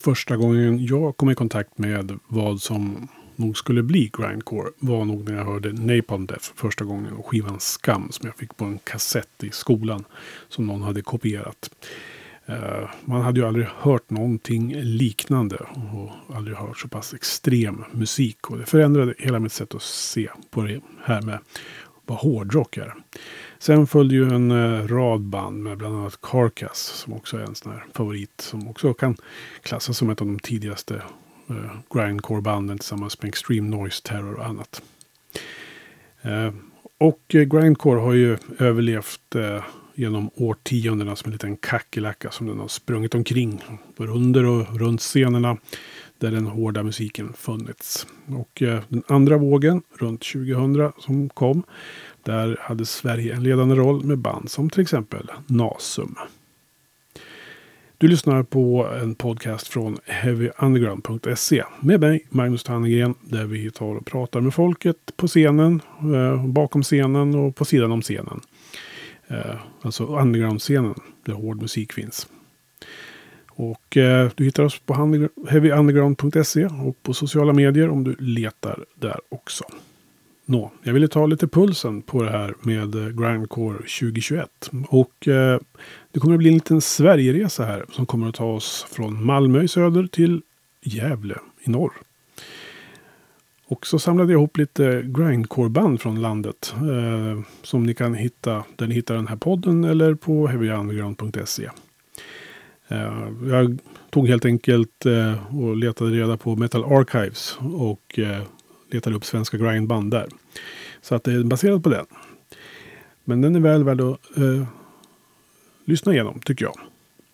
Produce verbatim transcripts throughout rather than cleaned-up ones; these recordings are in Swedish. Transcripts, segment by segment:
Första gången jag kom i kontakt med vad som nog skulle bli grindcore var nog när jag hörde Napalm Death första gången och skivan Skam som jag fick på en kassett i skolan som någon hade kopierat. Uh, man hade ju aldrig hört någonting liknande och aldrig hört så pass extrem musik, och det förändrade hela mitt sätt att se på det här med vad hårdrock är. Sen följde ju en uh, rad band med bland annat Carcass som också är en sån här favorit som också kan klassas som ett av de tidigaste uh, grindcore-banden tillsammans med Extreme Noise Terror och annat. Uh, och uh, grindcore har ju överlevt uh, genom årtiondena som en liten kackerlacka som den har sprungit omkring under och runt scenerna där den hårda musiken funnits. Och eh, den andra vågen runt tjugohundra som kom, där hade Sverige en ledande roll med band som till exempel Nasum. Du lyssnar på en podcast från heavy underground punkt se med mig, Magnus Tannegren, där vi tar och pratar med folket på scenen, eh, bakom scenen och på sidan om scenen. Eh, alltså underground-scenen där hård musik finns. Och eh, du hittar oss på heavy underground punkt se och på sociala medier om du letar där också. Nå, jag ville ta lite pulsen på det här med eh, grindcore tjugohundratjugoett. Och eh, det kommer att bli en liten Sverigeresa här som kommer att ta oss från Malmö i söder till Gävle i norr. Och så samlade jag ihop lite grindcore-band från landet eh, som ni kan hitta där ni hittar den här podden eller på heavy underground punkt se. Eh, jag tog helt enkelt eh, och letade reda på Metal Archives och eh, letade upp svenska grindband där. Så att det är baserat på den. Men den är väl värd att eh, lyssna igenom, tycker jag.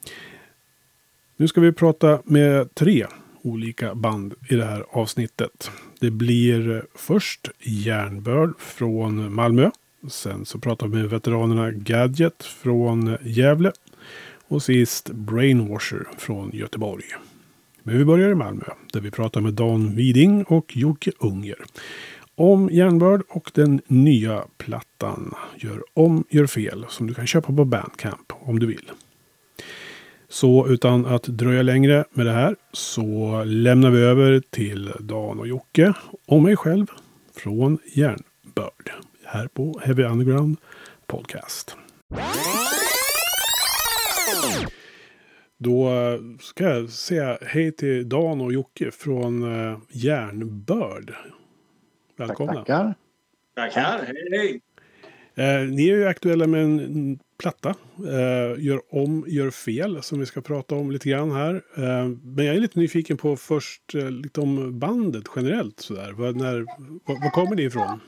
Nu ska vi prata med tre olika band i det här avsnittet. Det blir först Järnbörd från Malmö. Sen så pratar vi med veteranerna Gadget från Gävle. Och sist Brainwasher från Göteborg. Men vi börjar i Malmö där vi pratar med Dan Widing och Jocke Unger om Järnbörd och den nya plattan Gör om, gör fel som du kan köpa på Bandcamp om du vill. Så utan att dröja längre med det här så lämnar vi över till Dan och Jocke och mig själv från Järnbörd här på Heavy Underground Podcast. Då ska jag säga hej till Dan och Jocke från uh, Järnbörd. Välkomna. Tack, tackar. Tackar, hej hej. Uh, ni är ju aktuella med en platta. Uh, gör om, gör fel som vi ska prata om lite grann här. Uh, men jag är lite nyfiken på först uh, lite om bandet generellt. Sådär. Var, när, var, var kommer det ifrån?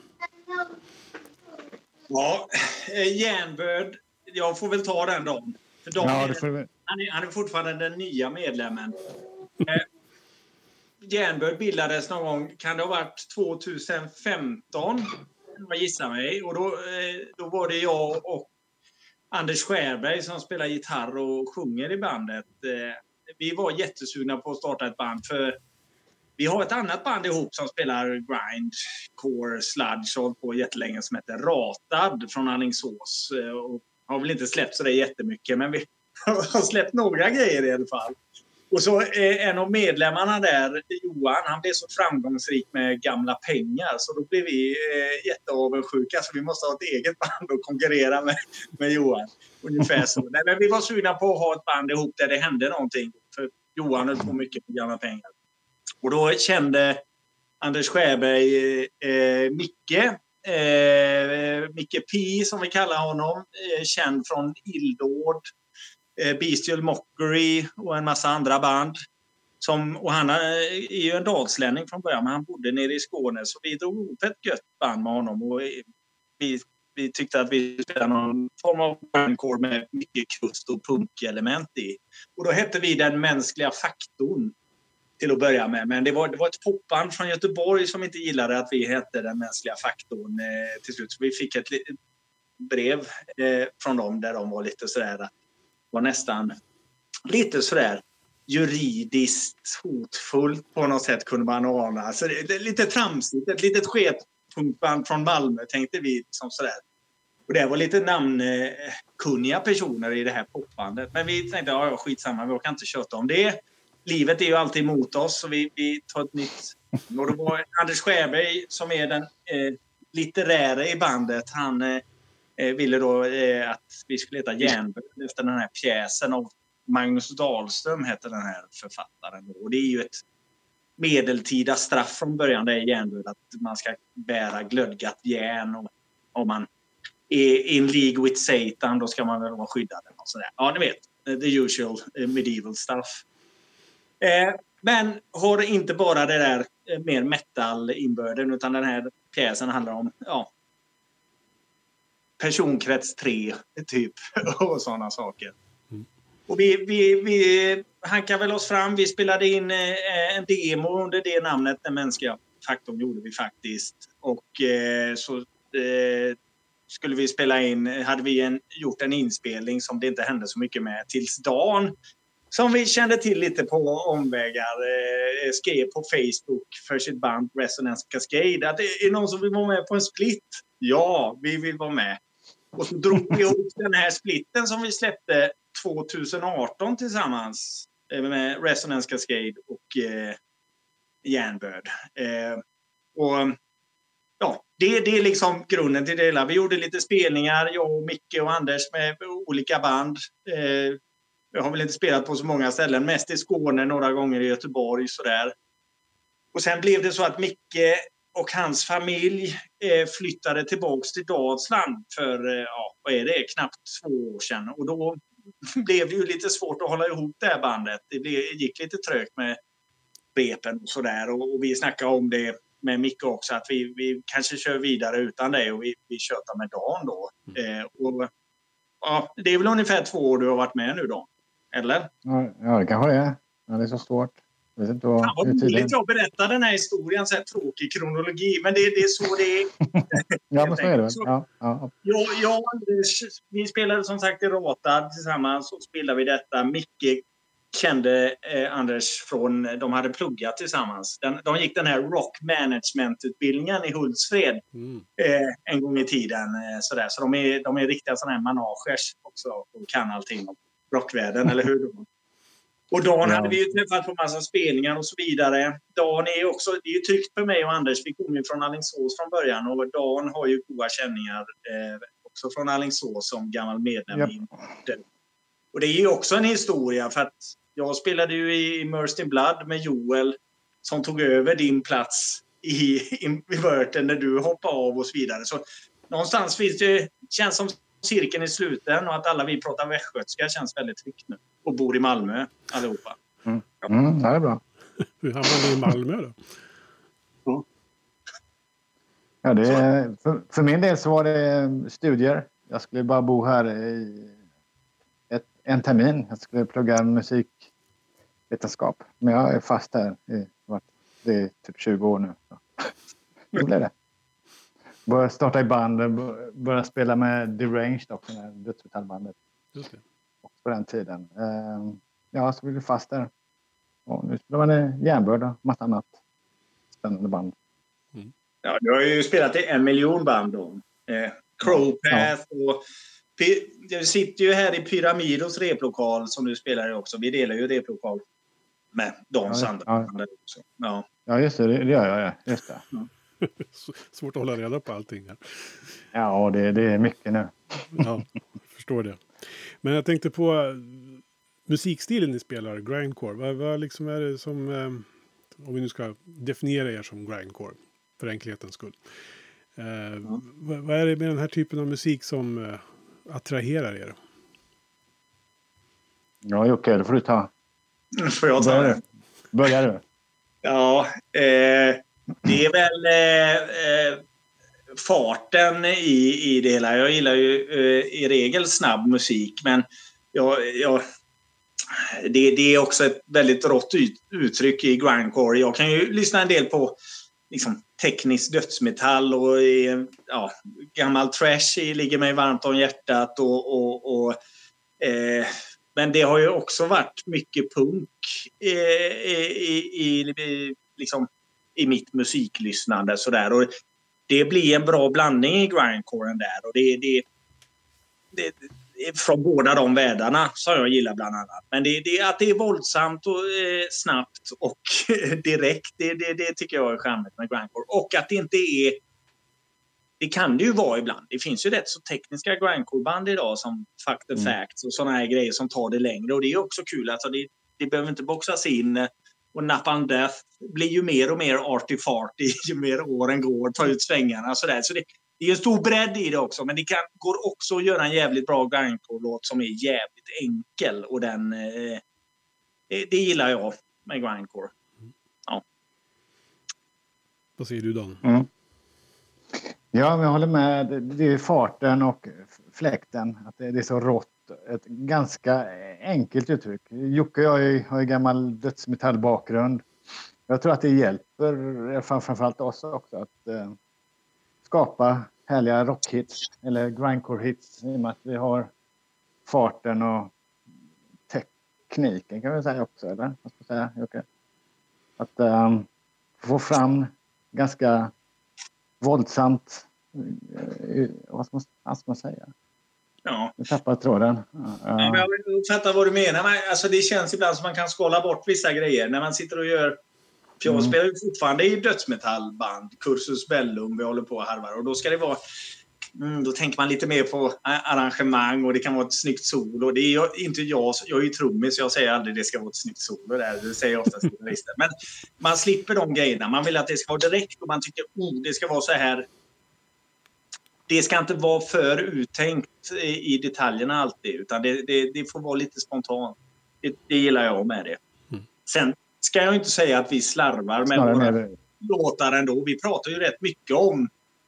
Ja, Järnbörd. Jag får väl ta den då. För Dan Ja, är, det får vi. han, är, han är fortfarande den nya medlemmen. Eh, Järnbörd bildades någon gång, kan det ha varit tjugohundrafemton, jag gissar mig. Och då, eh, då var det jag och Anders Skärberg som spelar gitarr och sjunger i bandet. Eh, vi var jättesugna på att starta ett band för vi har ett annat band ihop som spelar grind, core, sludge och hållit på jättelänge som heter Ratad från Alingsås. Eh, och har väl inte släppt så det jättemycket, men vi har släppt några grejer i alla fall. Och så eh, en av medlemmarna där, Johan, han blev så framgångsrik med gamla pengar så då blev vi eh, jätteavundsjuka så vi måste ha ett eget band och konkurrera med, med Johan. Ungefär så. Nej, men vi var sugna på att ha ett band ihop där det hände någonting. För Johan höll på mycket med gamla pengar. Och då kände Anders Skärberg eh, Micke, eh, Micke P som vi kallar honom, eh, känd från Illdåd, eh, Bestial Mockery och en massa andra band. Som, och han är ju en dalslänning från början, men han bodde nere i Skåne så vi drog ihop ett gött band med honom och vi, vi tyckte att vi spelade någon form av grindcore med mycket krust och punkelement i. Och då hette vi Den mänskliga faktorn till att börja med. Men det var, det var ett popband från Göteborg som inte gillade att vi hette Den mänskliga faktorn eh, till slut. Så vi fick ett, ett brev eh, från dem där de var lite sådär, var nästan lite sådär juridiskt hotfullt på något sätt kunde man ana. Alltså det, det, lite tramsigt, ett litet sketpunkband från Malmö tänkte vi liksom sådär. Och det var lite namnkunniga personer i det här popbandet. Men vi tänkte, ja skitsamma, vi kan inte köta om det. livet är ju alltid emot oss, så vi, vi tar ett nytt. Och det var Anders Skäberg som är den eh, litterära i bandet. Han eh, ville då eh, att vi skulle heta Järnböld efter den här pjäsen av Magnus Dahlström heter den här författaren. Och det är ju ett medeltida straff från början, det är Järnböld, att man ska bära glödgat järn och om man är in league with Satan, då ska man väl vara skyddad. Och sådär. Ja, ni vet, the usual medieval stuff. Eh, men har inte bara det där eh, mer metal-inbörden, utan den här pjäsen handlar om ja, personkrets tre typ och sådana saker. Mm. Och vi, vi, vi hankade väl oss fram. Vi spelade in eh, en demo under det namnet, Den mänskliga faktorn gjorde vi faktiskt. Och eh, så eh, skulle vi spela in, hade vi en, gjort en inspelning som det inte hände så mycket med tills dagen. Som vi kände till lite på omvägar. Eh, skrev på Facebook för sitt band Resonance Cascade. Att det är någon som vill vara med på en split. Ja, vi vill vara med. Och så drog vi ihop den här splitten som vi släppte tjugoarton tillsammans. Eh, med Resonance Cascade och eh, Järnböld. Eh, och ja, det, det är liksom grunden till det hela. Vi gjorde lite spelningar, jag och Micke och Anders med olika band. Eh, Jag har väl inte spelat på så många ställen. Mest i Skåne, några gånger i Göteborg. Sådär. Och sen blev det så att Micke och hans familj eh, flyttade tillbaka till Dalsland för, eh, ja, vad är det, knappt två år sedan. Och då blev det ju lite svårt att hålla ihop det här bandet. Det blev, gick lite trögt med repen och sådär. Och, och vi snackade om det med Micke också, att vi, vi kanske kör vidare utan det och vi, vi tjötar med Dan då. Eh, och, ja, det är väl ungefär två år du har varit med nu då. Eller? Ja, ja, det kanske det är. Ja, det är så svårt. Jag vet inte vad, Fan, vad roligt jag berättar den här historien, så här tråkig kronologi. Men det, det är så det är. Ja, men så är det väl. Så, ja, ja. Jag, jag, vi spelade som sagt i Ratad tillsammans och spelade vi detta. Micke kände eh, Anders från, de hade pluggat tillsammans. Den, de gick den här rock management-utbildningen i Hultsfred mm. eh, en gång i tiden. Eh, sådär. Så de är, de är riktiga sådana här managers också och kan allting om rockvärlden, eller hur? Och Dan ja. hade vi ju träffat på massa spelningar och så vidare. Dan är också, det är ju tryggt för mig och Anders. Vi kommer ju från Alingsås från början och Dan har ju goda känningar eh, också från Alingsås som gammal medlem yep. i Imorten. Och det är ju också en historia för att jag spelade ju i Immersed in Blood med Joel som tog över din plats i Imorten när du hoppade av och så vidare. Så någonstans finns det, känns som cirkeln i sluten och att alla vi pratar västgötska känns väldigt tryggt nu. Och bor i Malmö allihopa. Mm. Mm, det är bra. Hur hamnade ni i Malmö då? Mm. Ja, det är, för, för min del så var det studier. Jag skulle bara bo här i ett, en termin. Jag skulle plugga musikvetenskap. Men jag är fast här i det är typ tjugo år nu. Så. Det blev det. Började starta i band, började spela med Deranged också, det dödsmetallbandet. Just det. Och på den tiden. Ja, så blev vi fast där. Och nu spelar man Järnböld och massa annat spännande band. Mm. Ja, du har ju spelat i en miljon band då. Eh, Crowpath ja. och... Du sitter ju här i Pyramidos replokal som du spelar i också. Vi delar ju replokal med Dan Sandberg. Ja, ja. också. Ja. ja, just det. Det gör jag, ja. Just det. Ja. Svårt att hålla reda på allting här. Ja, det, det är mycket nu. Ja, jag förstår det. Men jag tänkte på uh, musikstilen ni spelar, grindcore. Vad, vad liksom är det som, um, om vi nu ska definiera er som grindcore, för enkelhetens skull. Uh, ja. vad, vad är det med den här typen av musik som uh, attraherar er? Ja, Jocke, det får du ta. Får jag ta det? Börjar du? Ja, eh... det är väl eh, farten i, i det hela. Jag gillar ju eh, i regel snabb musik, men jag, jag, det, det är också ett väldigt rått ut, uttryck i grindcore. Jag kan ju lyssna en del på liksom, teknisk dödsmetall och ja, gammal trash ligger mig varmt om hjärtat. Och, och, och, eh, men det har ju också varit mycket punk i, i, i, i liksom i mitt musiklyssnande sådär. Och det blir en bra blandning i grindcoren där. Och det, det, det, från båda de världarna som jag gillar bland annat. Men det, det, att det är våldsamt och eh, snabbt och direkt, det, det, det tycker jag är charmigt med grindcore. Och att det inte är... Det kan det ju vara ibland. Det finns ju rätt så tekniska grindcore-band idag som Fuck the Mm. Facts och sådana här grejer som tar det längre. Och det är också kul. Alltså det, det behöver inte boxas in. Och Napalm Death blir ju mer och mer arty-farty ju mer åren går. Tar ut svängarna och sådär. Så det, det är en stor bredd i det också. Men det kan, går också att göra en jävligt bra grindcore-låt som är jävligt enkel. Och den... Eh, det, det gillar jag med grindcore. Ja. Vad säger du, Dan? Mm. Ja, men jag håller med. Det- Det är farten och fläkten. Att det det är så rått. Ett ganska enkelt uttryck. Jocke och jag har ju- har ju gammal dödsmetallbakgrund. Jag tror att det hjälper fram- framförallt oss också att eh, skapa härliga rockhits eller grindcore-hits i och med att vi har farten och tekniken kan vi säga också, eller? Vad ska jag säga, Jocke? Att eh, få fram ganska våldsamt, eh, vad ska man, vad ska man säga? Ja. Jag tappar tråden. Ja, men jag fattar vad du menar. Men, alltså, det känns ibland som man kan skala bort vissa grejer. När man sitter och gör... För jag Mm. spelar ju fortfarande i dödsmetallband. Cursus Bellum, vi håller på och harvar. Och då ska det vara... Mm, då tänker man lite mer på arrangemang och det kan vara ett snyggt solo. Det är ju inte jag, jag är ju trummis så jag säger aldrig det ska vara ett snyggt solo där. Det säger jag oftast gitarrister. Men man slipper de grejerna. Man vill att det ska vara direkt och man tycker oh, det ska vara så här. Det ska inte vara för uttänkt i, i detaljerna alltid utan det, det, det får vara lite spontant. Det, det gillar jag med det. Mm. Sen ska jag inte säga att vi slarvar med Snarare våra mer, låtar ändå. Vi pratar ju rätt mycket om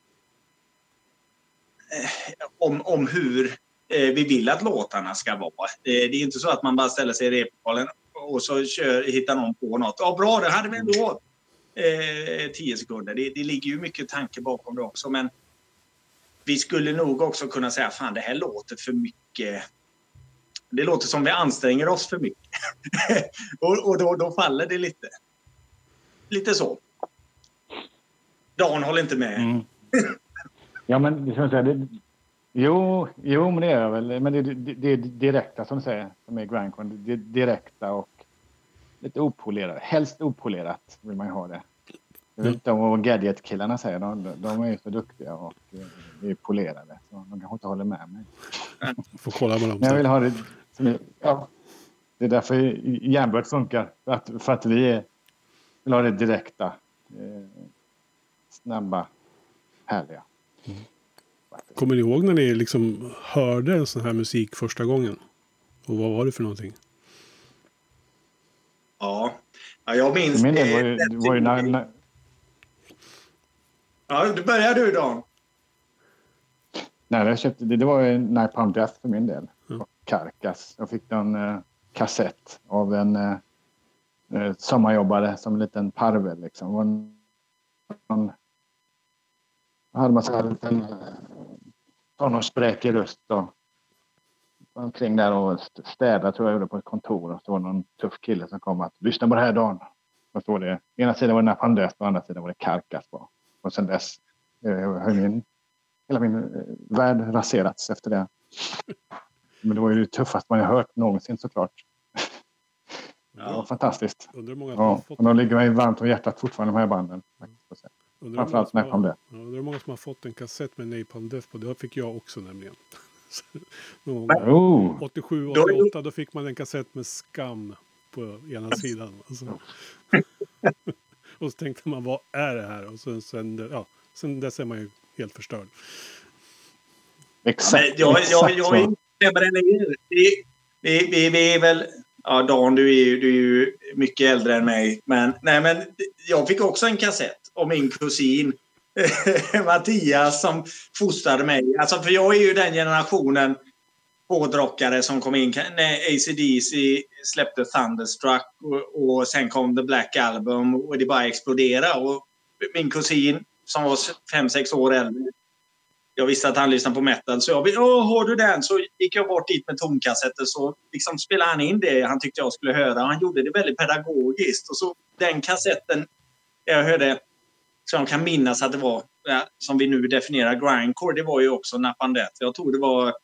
Om, om hur eh, vi vill att låtarna ska vara. Eh, det är inte så att man bara ställer sig i replokalen och så kör, hittar någon på något. Ja, bra, det hade vi ändå eh, tio sekunder. Det, det ligger ju mycket tanke bakom det också. Men vi skulle nog också kunna säga fan, det här låter för mycket. Det låter som vi anstränger oss för mycket. och och då, då faller det lite. Lite så. Dan håller inte med. mm. Ja, men det ska man säga, det, jo, jo, men det är jag väl. Men det, det, det är direkta som du säger, som är grindcore. Det är direkta och lite opolerat. Helst opolerat vill man ju ha det. Jag vet inte om vad gadget-killarna säger. De, de är ju så duktiga och eh, är polerade. Så de kanske inte håller med mig. Får kolla med dem. Men jag vill sen. ha det som är, ja. Det är därför järnbröd funkar. För att, för att vi är, vill ha det direkta. Eh, snabba, härliga. Kommer ni ihåg när ni liksom hörde en sån här musik första gången? Och vad var det för någonting? Ja. Ja, jag minns... För min del var ju, det- det var ju när, när, Ja, du börjar du då. nej, jag köpte, det, det var ju Napalm Death för min del. Mm. Carcass. Jag fick en eh, kassett av en eh, eh, sommarjobbare som en liten parvel liksom. Det var en, en, jag hade man så här en liten eh, tonårsspräkig röst och omkring där och städa tror jag gjorde på ett kontor och så var det någon tuff kille som kom att lyssna på det här Dan. Och så var det, ena sidan var det Napalm Death och andra sidan var det Carcass på. Och sen dess eh, har min, hela min eh, värld raserats efter det. Men det var ju det tuffaste man har hört någonsin såklart. Det var fantastiskt. Undrar hur många som har Ja, fått, och de ligger mig varmt om hjärtat fortfarande de här banden. faktiskt. undrar hur många framförallt som har- Napalm Death. ja, undrar hur många som har fått en kassett med Napalm Death på. Det fick jag också nämligen. Någon gång. Oh, åttiosju Då- åttioåtta då fick man en kassett med Skam på ena sidan. Alltså. Och så tänkte man, vad är det här? Och sen, sen, ja, sen dess är man ju helt förstörd. exakt. Men jag, jag, exakt jag så. är inte med den är. Vi, vi, vi, vi är väl... Ja, Dan, du är, ju, du är ju mycket äldre än mig. Men, nej, men jag fick också en kassett av min kusin Mattias som fostrade mig. Alltså, för jag är ju den generationen hårdrockare som kom in när A C D C släppte Thunderstruck och, och sen kom The Black Album och det bara exploderade. Och min kusin som var fem sex år äldre, jag visste att han lyssnade på metal så jag åh, har du den? Så gick jag bort dit med tomkassetter så liksom spelade han in det han tyckte jag skulle höra. Han gjorde det väldigt pedagogiskt och så den kassetten jag hörde så jag kan minnas att det var ja, som vi nu definierar grindcore, det var ju också Napalm Death. Jag tror det var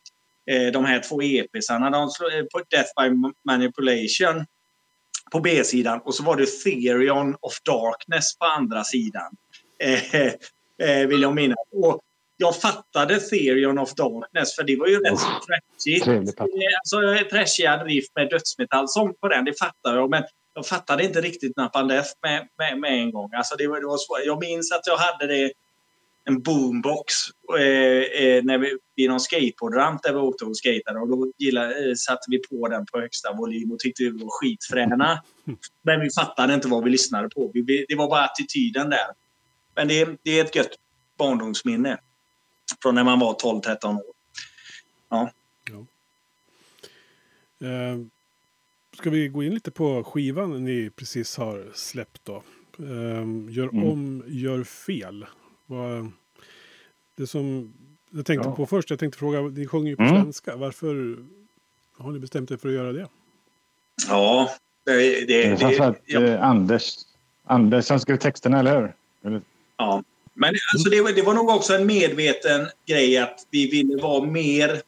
eh, de här två E P-sarna, de slog, eh, på Death by Manipulation på B-sidan och så var det Therion of Darkness på andra sidan. Eh, eh, vill jag minnas. Och jag fattade Therion of Darkness för det var ju rätt Oh, så trashigt. trevligt. Alltså trashiga riff med dödsmetallsång på den, det fattar jag. Men jag fattade inte riktigt Napalm Death med, med, med en gång. Alltså det var, det var svårt. Jag minns att jag hade det en boombox eh, eh, när vi, vid någon skateboardramp där vi åkte och skatade. Och då gillade, eh, satte vi på den på högsta volym och tyckte vi var skitfräna. Men vi fattade inte vad vi lyssnade på. Vi, det var bara attityden där. Men det, det är ett gött barndomsminne. Från när man var tolv tretton år. Ja. ja. Eh, ska vi gå in lite på skivan ni precis har släppt då? Eh, gör Mm. om, gör fel. Vad, det som jag tänkte Ja. på först, jag tänkte fråga, ni sjunger ju på Mm. svenska. Varför har ni bestämt er för att göra det? Ja, det, det, Det är det, så att ja. eh, Anders, Anders som skrev texterna, eller hur? Eller? Ja. Men alltså det, var, det var nog också en medveten grej att vi ville vara mer...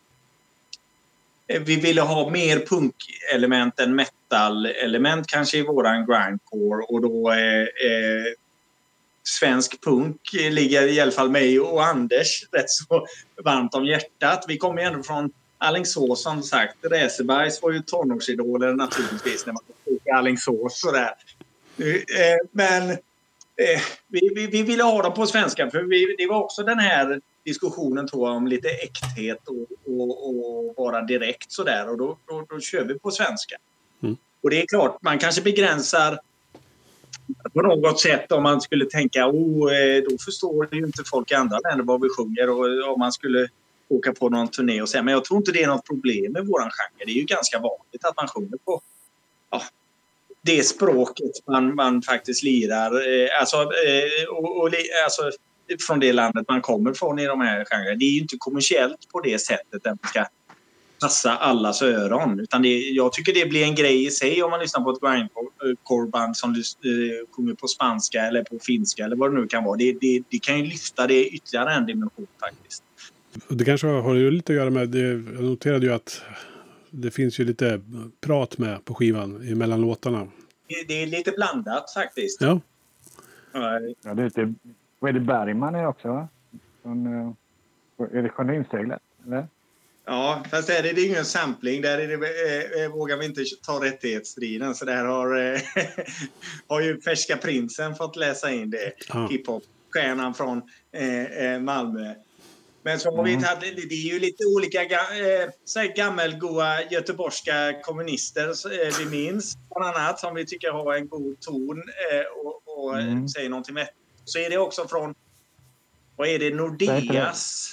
Vi ville ha mer punkelement än metal-element kanske i våran grindcore. Och då eh, eh, svensk punk ligger i alla fall mig och Anders rätt så varmt om hjärtat. Vi kommer ju ändå från Alingsås som sagt. Räsebergs var ju tonårsidoler naturligtvis när man fick Alingsås sådär. Eh, men eh, vi, vi, vi ville ha dem på svenska för vi, det var också den här diskussionen tror jag om lite äkthet och, och, och vara direkt sådär och då, då, då kör vi på svenska. Mm. Och det är klart, man kanske begränsar på något sätt om man skulle tänka oh, då förstår ju inte folk i andra länder vad vi sjunger och om man skulle åka på någon turné och säga men jag tror inte det är något problem med våran genre. Det är ju ganska vanligt att man sjunger på ja, det språket man, man faktiskt lirar alltså, och, och, alltså från det landet man kommer från i de här genrerna. Det är ju inte kommersiellt på det sättet att det ska passa allas öron. Utan det, jag tycker det blir en grej i sig om man lyssnar på ett grindcore-band som uh, kommer på spanska eller på finska eller vad det nu kan vara. Det, det, det kan ju lyfta det ytterligare en dimension faktiskt. Det kanske har ju lite att göra med, det, jag noterade ju att det finns ju lite prat med på skivan mellan låtarna. Det, det är lite blandat faktiskt. Ja. Ja, det är lite... Vad är det Bergman är också, va? Från, uh, är det Sjöninseglet, eller? Ja, fast där är det ingen sampling. Där är det, eh, vågar vi inte ta rättighetsstriden. Så där har, eh, har ju Färska Prinsen fått läsa in det. Ah. Hiphop-stjärnan från eh, Malmö. Men så har vi mm. det är ju lite olika eh, gammelgoa göteborgska kommunister eh, vi minns. Bland annat som vi tycker har en god ton eh, och, och mm. säger någonting med. Så är det också från, vad är det, Nordeas...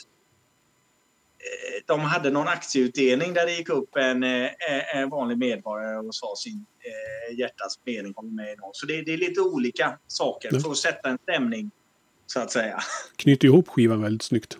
De hade någon aktieutdelning där det gick upp en, en vanlig medborgare och sa sin eh, hjärtas mening om med någon. Så det, det är lite olika saker mm. för att sätta en stämning så att säga. Knyter ihop skivan väldigt snyggt.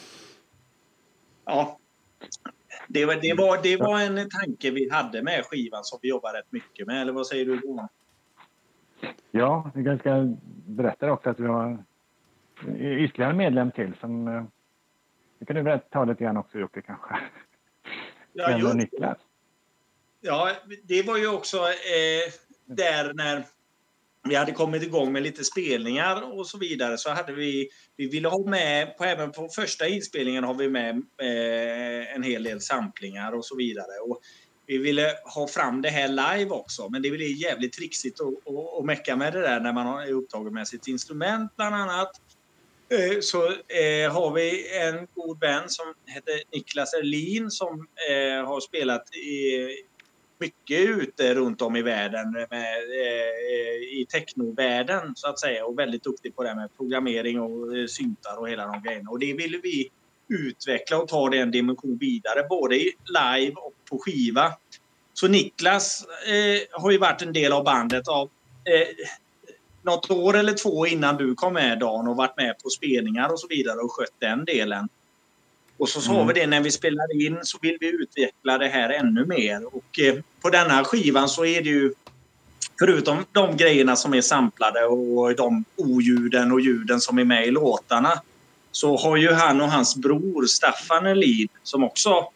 Ja. Det var, det, var, det var en tanke vi hade med skivan som vi jobbar rätt mycket med. Eller vad säger du, Johan? Ja, jag ska berätta också att vi har ytterligare en medlem till som... Det kan du väl ta lite grann också, Jocke, kanske? Ja, just, Niklas. Ja, det var ju också eh, där när vi hade kommit igång med lite spelningar och så vidare så hade vi, vi ville ha med, på, även på första inspelningen har vi med eh, en hel del samplingar och så vidare. Och vi ville ha fram det här live också, men det blir jävligt trixigt att, att, att mecka med det där när man är upptagen med sitt instrument bland annat. Så eh, har vi en god vän som heter Niklas Erlin som eh, har spelat i, mycket ute runt om i världen med, eh, i technovärlden så att säga och väldigt duktig på det med programmering och eh, syntar och hela de grejerna. Och det ville vi utveckla och ta den dimension vidare både i live och på skiva. Så Niklas eh, har ju varit en del av bandet av eh, något år eller två innan du kom med, Dan, och varit med på spelningar och så vidare och skött den delen. Och så sa mm. vi det när vi spelar in så vill vi utveckla det här ännu mer. Och eh, på denna skivan så är det ju förutom de grejerna som är samplade och de oljuden och ljuden som är med i låtarna så har ju han och hans bror Staffan Erlin som också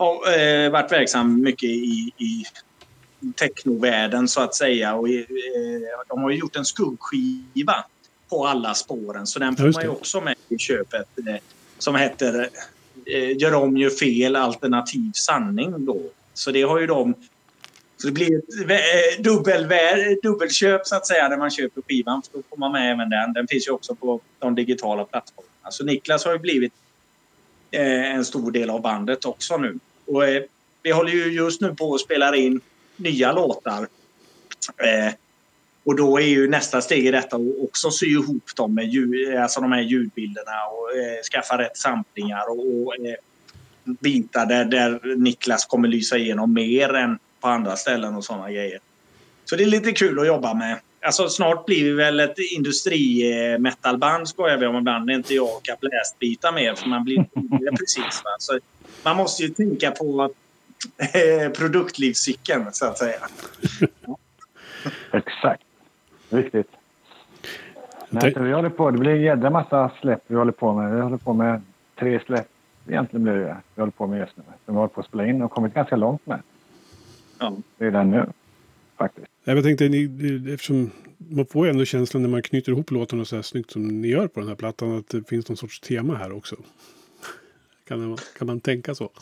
har eh, varit verksam mycket i, i technovärlden så att säga. Och, eh, de har ju gjort en skuggskiva på alla spåren. Så den får Just man ju det. också med i köpet. Eh, som heter eh, Gör om, gör fel, alternativ sanning då. Så det har ju de... Så det blir ett eh, dubbel, dubbelköp så att säga när man köper skivan. För då får man med även den. Den finns ju också på de digitala plattformarna. Så Niklas har ju blivit eh, en stor del av bandet också nu. Och eh, vi håller ju just nu på att spela in nya låtar. Eh, och då är ju nästa steg i detta att också sy ihop dem med ljud, alltså de här ljudbilderna och eh, skaffa rätt samplingar och, och eh, bitar där, där Niklas kommer lysa igenom mer än på andra ställen och sådana grejer. Så det är lite kul att jobba med. Alltså snart blir vi väl ett industri-metalband skojar vi om ibland. Det är inte jag och blästbitar med för man blir precis. Va? Så man måste ju tänka på eh, produktlivscykeln så att säga. Exakt. Viktigt. Nej, vi håller på, det blir en jädra massa släpp vi håller på med. Vi håller på med tre släpp. Egentligen blir det vi håller på med just nu. Vi håller på att spela in och kommit ganska långt med. Ja. Redan nu, faktiskt. Jag tänkte, ni, eftersom man får ju ändå känslan när man knyter ihop låtarna så här snyggt som ni gör på den här plattan att det finns någon sorts tema här också. Kan man, kan man tänka så?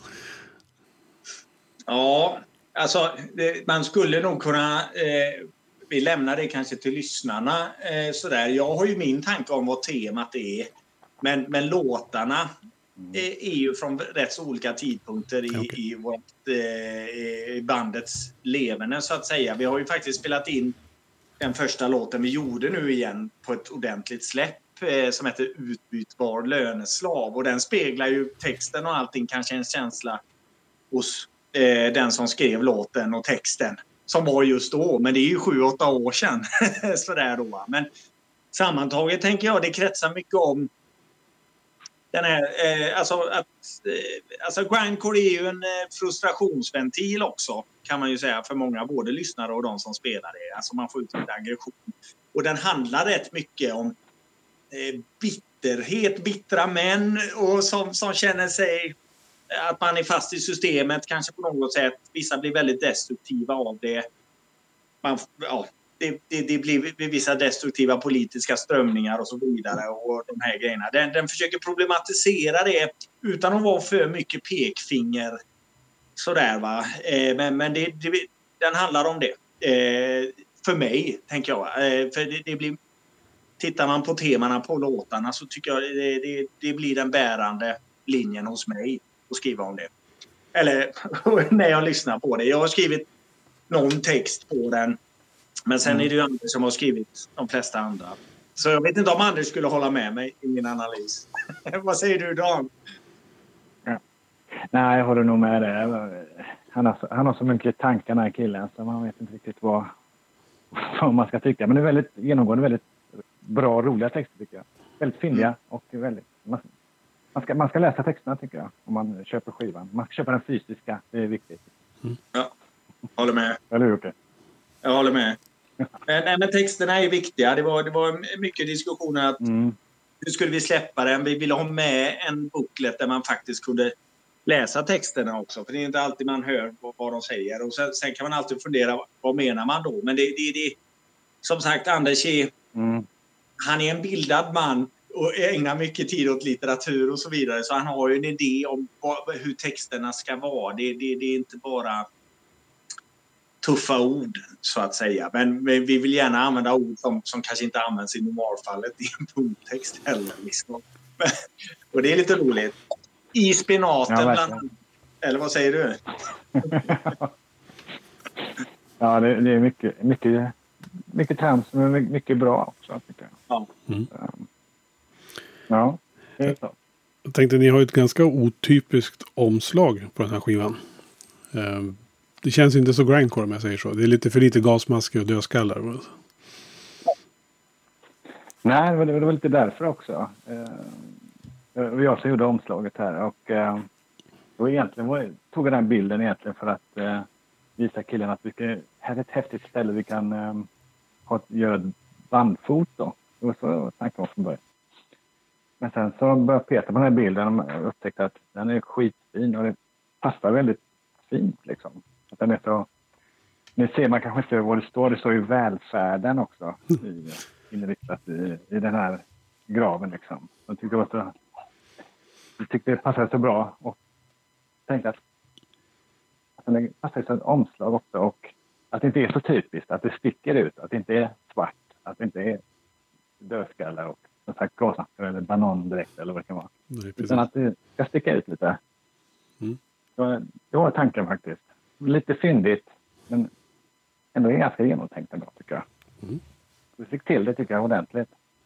Ja, alltså det, man skulle nog kunna... Eh, vi lämnar det kanske till lyssnarna. Eh, sådär. Jag har ju min tanke om vad temat är. Men, men låtarna eh, är ju från rätt så olika tidpunkter i, Okay. i vårt, eh, i bandets levande så att säga. Vi har ju faktiskt spelat in den första låten vi gjorde nu igen på ett ordentligt släpp eh, som heter Utbytbar löneslav. Och den speglar ju texten och allting, kanske en känsla hos eh, den som skrev låten och texten. Som var just då, men det är ju sju, åtta år sedan. Sådär då. Men sammantaget tänker jag det kretsar mycket om den här, eh, alltså att eh, alltså grindcore är ju en eh, frustrationsventil också kan man ju säga för många, både lyssnare och de som spelar det. Alltså man får ut lite aggression. Och den handlar rätt mycket om eh, bitterhet, bittra män och som, som känner sig att man är fast i systemet kanske på något sätt. Vissa blir väldigt destruktiva av det. Man, ja, det, det, det blir vissa destruktiva politiska strömningar och så vidare och de här grejerna. Den, den försöker problematisera det utan att vara för mycket pekfinger sådär va. Eh, men men det, det, den handlar om det. Eh, för mig, tänker jag. Eh, för det, det blir, tittar man på temana på låtarna så tycker jag det, det, det blir den bärande linjen hos mig att skriva om det. Eller när jag lyssnar på det. Jag har skrivit någon text på den. Men sen mm. är det ju Anders som har skrivit de flesta andra. Så jag vet inte om Anders skulle hålla med mig i min analys. Vad säger du, Dan? Ja. Nej, jag håller nog med det. Han har, han har så mycket tankar, den här killen, så man vet inte riktigt vad, vad man ska tycka. Men det är väldigt genomgående, väldigt bra och roliga texter tycker jag. Väldigt fyndiga mm. och väldigt... Man, man, ska, man ska läsa texterna tycker jag, om man köper skivan. Man ska köpa den fysiska, det är viktigt. Mm. Ja, håller med. Eller hur, okay. Jag håller med. Nej, men texterna är viktiga. Det var, det var mycket diskussioner att mm. hur skulle vi släppa den? Vi ville ha med en booklet där man faktiskt kunde läsa texterna också. För det är inte alltid man hör vad, vad de säger. Och sen, sen kan man alltid fundera, vad menar man då? Men det, det, det som sagt, Anders är, mm. han är en bildad man och ägnar mycket tid åt litteratur och så vidare. Så han har ju en idé om vad, hur texterna ska vara. Det, det, det är inte bara tuffa ord så att säga. Men, men vi vill gärna använda ord som, som kanske inte används i normalfallet i en punkttext heller. Liksom. Och det är lite roligt. I spinaten ja, bland annat. Eller vad säger du? Ja, det, det är mycket, mycket, mycket trams men mycket bra också tycker jag. Ja. Mm. Ja, det är så. Jag tänkte ni har ett ganska otypiskt omslag på den här skivan. Um, Det känns inte så grindcore om jag säger så. Det är lite för lite gasmasker och dödskallar. Nej, det var, det var lite därför också. Det var jag som gjorde omslaget här. Och då egentligen var, tog jag den bilden egentligen för att eh, visa killen att vi kan, här är ett häftigt ställe vi kan eh, ha, göra ett bandfoto. Det var så tanken var från början. Men sen så började jag peta på den här bilden och upptäckte att den är skitfin och det passar väldigt fint liksom. Att den är så, nu ser man kanske inte vad det står, det står ju välfärden också i, inriktat i, i den här graven liksom. Jag tyckte det var så, jag tyckte det passade så bra och tänkte att, att den passar som ett omslag också och att det inte är så typiskt, att det sticker ut, att det inte är svart, att det inte är dödskallar och som sagt gasnackor eller banandräkt eller vad det kan vara. Nej, utan att det ska sticka ut lite. Mm. Det var tanken faktiskt. Lite fyndigt, men ändå är ganska genomtänkt ändå, tycker jag. Mm. Du fick till det, tycker jag, ordentligt.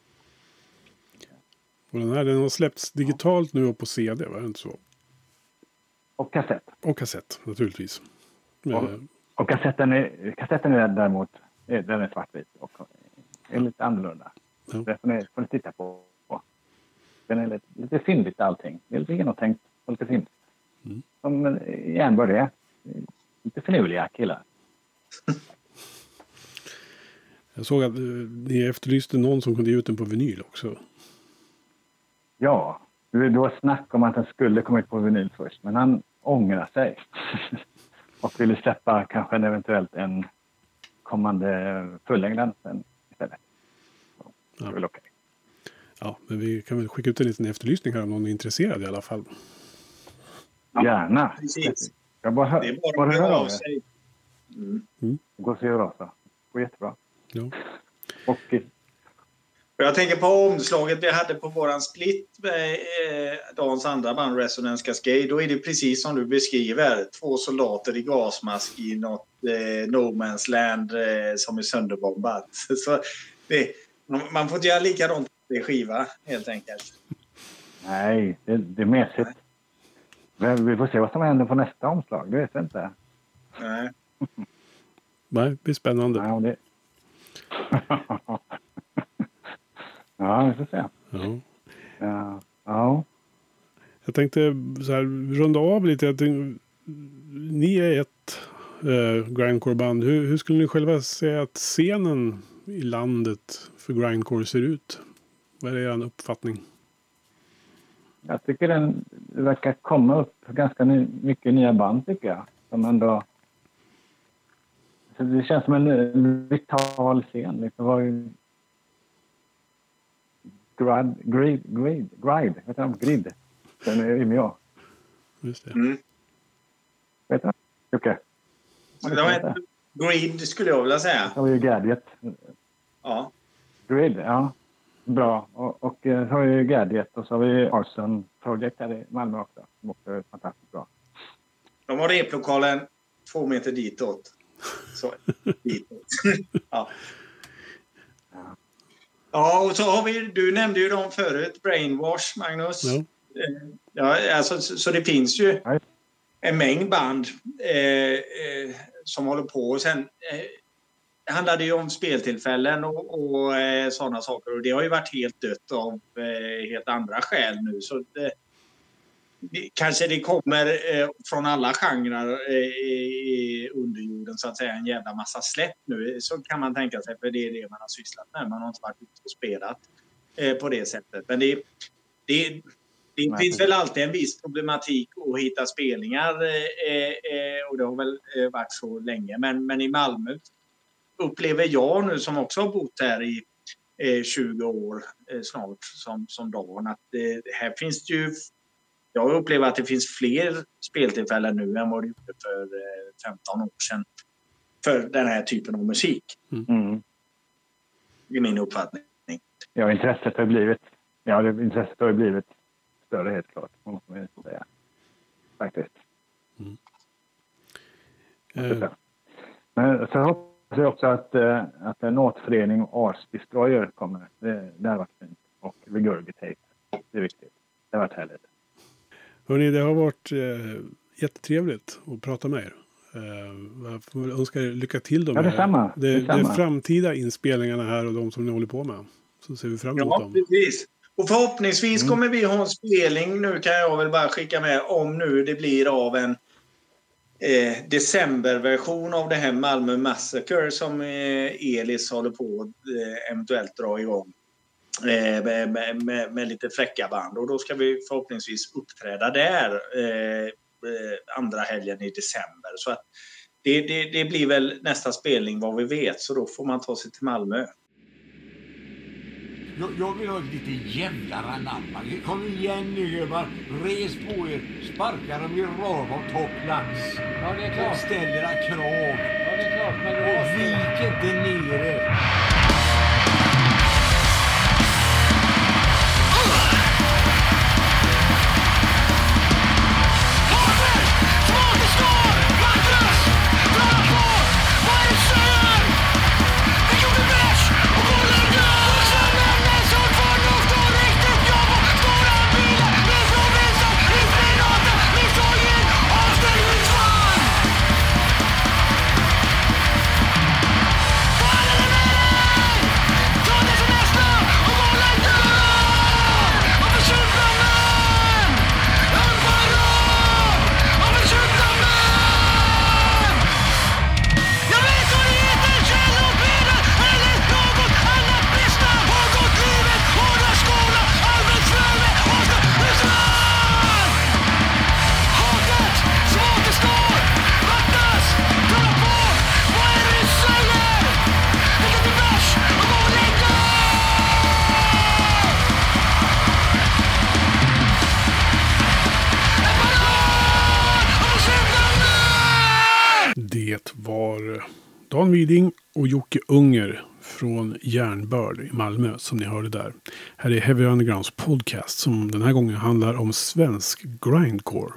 Och den här den har släppts digitalt nu och på C D, var det inte så? Och kassett. Och kassett, naturligtvis. Och, och kassetten, är, kassetten är däremot den är svartvit och är lite annorlunda. Ja. Det får ni, får ni titta på. Den är lite, lite fyndigt allting. Det är lite genomtänkt och lite fyndigt. Mm. Som Järnbörd är. Lite finurliga killar. Jag såg att uh, ni efterlyste någon som kunde ge ut den på vinyl också. Ja, det var snack om att den skulle komma ut på vinyl först. Men han ångrar sig. Och ville släppa kanske en eventuellt en kommande fullängden sen istället. Så det är väl okej. Ja, men vi kan väl skicka ut en liten efterlysning här om någon är intresserad i alla fall. Gärna. Precis. Jag bara hör, Det är bara bara att hör höra av av er. sig. Mm. Det går att se hur det går jättebra. Ja. Och Jag tänker på omslaget vi hade på våran split med eh, Dans andra band Resonance Cascade. Då är det precis som du beskriver. Två soldater i gasmask i något eh, no man's land eh, som är sönderbombat. Så det, man får inte göra likadant i skiva helt enkelt. nej, det, det är mesigt. Men vi får se vad som händer på nästa omslag. Det vet jag inte. Nej. Nej, det blir spännande. Ja, det... ja, vi får se. Ja. Ja. Ja. Jag tänkte så här, runda av lite. Jag tänkte, ni är ett eh, grindcore-band. Hur, hur skulle ni själva säga att scenen i landet för grindcore ser ut? Vad är er uppfattning? Jag tycker den verkar komma upp ganska ny, mycket nya band, tycker jag. Som ändå... Så det känns som en vital scen. Liksom var ju... Grad, grid, grid, grid, vet du, grid. Den är ju med. Just det. Mm. Vet du? Okej. Det var ett grid skulle jag vilja säga. Så har vi ju Gadget. Ja. Grid, ja. Bra. Och, och så har vi ju Gadget och så har vi Arson Project här i Malmö också. Som också är fantastiskt bra. De har replokalen två meter ditåt. Så, ditåt. Ja. Ja, och så har vi, du nämnde ju dem förut, Brainwash, Magnus. Ja. Ja, alltså, så, så det finns ju Nej. en mängd band eh, eh, som håller på. Och sen eh, handlar det ju om speltillfällen och, och eh, sådana saker. Och det har ju varit helt dött av eh, helt andra skäl nu. Så det, det, kanske det kommer eh, från alla genrer eh, i underjorden så att säga en jävla massa släpp nu. Så kan man tänka sig, för det är det man har sysslat med. Man har inte varit ute och spelat eh, på det sättet. Men det, det, det Nej. finns väl alltid en viss problematik att hitta spelningar eh, eh, och det har väl eh, varit så länge. Men, men i Malmö upplever jag nu som också har bott här i eh, tjugo år eh, snart som, som dagen att eh, här finns det ju. Jag upplever att det finns fler speltillfällen nu än vad det gjorde för eh, femton år sedan för den här typen av musik. Mm. I min uppfattning. Ja, intresset har blivit, ja, det, intresset har blivit större helt klart, måste man ju säga. Faktiskt. Mm. Eh. Men så hoppas jag också att, eh, att en återförening och Ars Destroyer kommer. Det, det har varit fint. Och Regurgitate. Det är viktigt. Det har varit härligt. Hörrni, det har varit eh, jättetrevligt att prata med er. Eh, jag får väl önska er lycka till. Ja, detsamma. Det, detsamma. det framtida inspelningarna här och de som ni håller på med. Så ser vi fram emot Ja, dem. precis. Och förhoppningsvis Mm. kommer vi ha en spelning nu kan jag väl bara skicka med om nu det blir av en eh, decemberversion av det här Malmö Massacre som eh, Elis håller på att eh, eventuellt dra igång. Eh, med, med, med lite fräcka band och då ska vi förhoppningsvis uppträda där. Eh, eh, andra helgen i december. Så att det, det, det blir väl nästa spelning vad vi vet, så då får man ta sig till Malmö. Jag, jag vill ha lite jävlar anamma. Kom igen nu gubbar, res på er, sparka dem i röv och topplax. Ja, det är klart. Och ställ era krav. Ja, det är klart. Men du Och måste... vik inte ner er. Det var Dan Widing och Jocke Unger från Järnbörd i Malmö som ni hörde där. Här är Heavy Undergrounds podcast som den här gången handlar om svensk grindcore.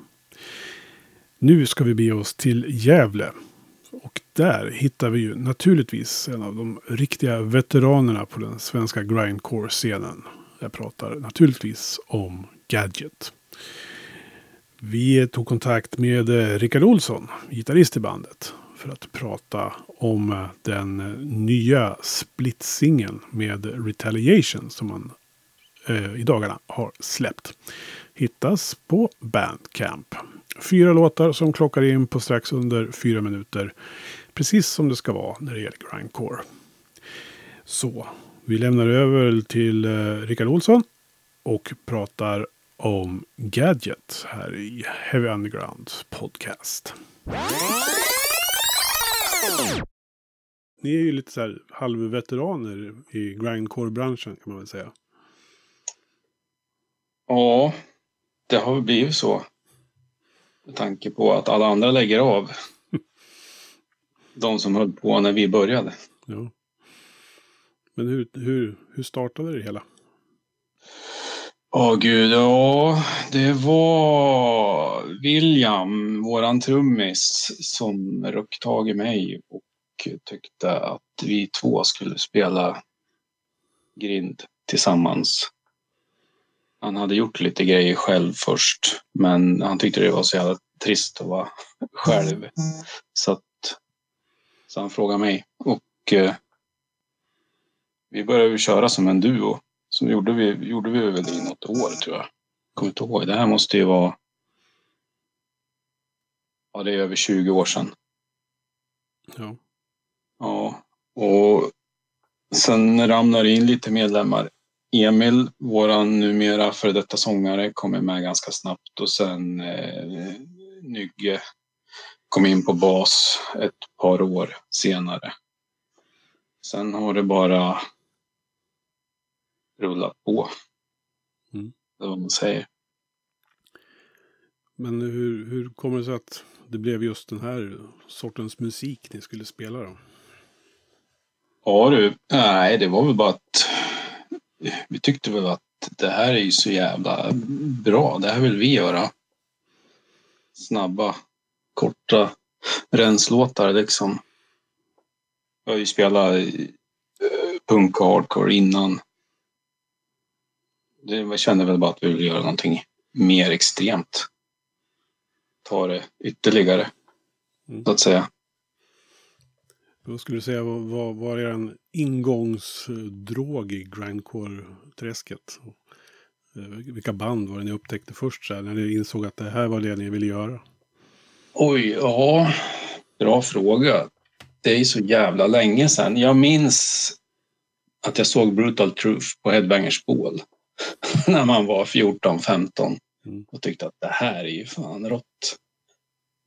Nu ska vi be oss till Gävle. Och där hittar vi ju naturligtvis en av de riktiga veteranerna på den svenska grindcore-scenen. Jag pratar naturligtvis om Gadget. Vi tog kontakt med Rickard Olsson, gitarrist i bandet, för att prata om den nya splitsingeln med Retaliation som man eh, i dagarna har släppt. Hittas på Bandcamp. Fyra låtar som klockar in på strax under fyra minuter. Precis som det ska vara när det gäller grindcore. Så, vi lämnar över till eh, Rickard Olsson och pratar om Gadget här i Heavy Undergrounds podcast. Ni är ju lite så här halvveteraner i grindcore-branschen kan man väl säga. Ja, det har väl blivit så. Med tanke på att alla andra lägger av. De som höll på när vi började. Ja. Men hur, hur, hur startade det hela? Åh gud, ja. Det var William, våran trummis, som röck tag i mig och tyckte att vi två skulle spela grind tillsammans. Han hade gjort lite grejer själv först, men han tyckte det var så jävla trist att vara själv. Så, att, så han frågade mig och eh, vi började köra som en duo. Så gjorde vi, gjorde vi väl i något år tror jag. Kommer inte ihåg. Det här måste ju vara... Ja, det är över tjugo år sedan. Ja. Ja, och sen ramlar det in lite medlemmar. Emil, våran numera för detta sångare, kommer med ganska snabbt. Och sen eh, Nygge kom in på bas ett par år senare. Sen har det bara rullat på. Mm. Det är vad man säger. Men hur, hur kommer det sig att det blev just den här sortens musik ni skulle spela då? Ja du, nej det var väl bara att vi tyckte väl att det här är ju så jävla bra. Det här vill vi göra. Snabba, korta renslåtar liksom. Jag har ju spelat punk och hardcore innan. Det, jag kände väl bara att vi vill göra någonting mer extremt. Ta det ytterligare, mm. så att säga. Vad skulle du säga, vad, vad var er ingångsdrog i grindcore-träsket? Vilka band var det ni upptäckte först så här, när ni insåg att det här var det ni ville göra? Oj, ja. Bra fråga. Det är så jävla länge sedan. Jag minns att jag såg Brutal Truth på Headbangers Ball när man var fjorton femton. Mm. Och tyckte att det här är ju fan rått.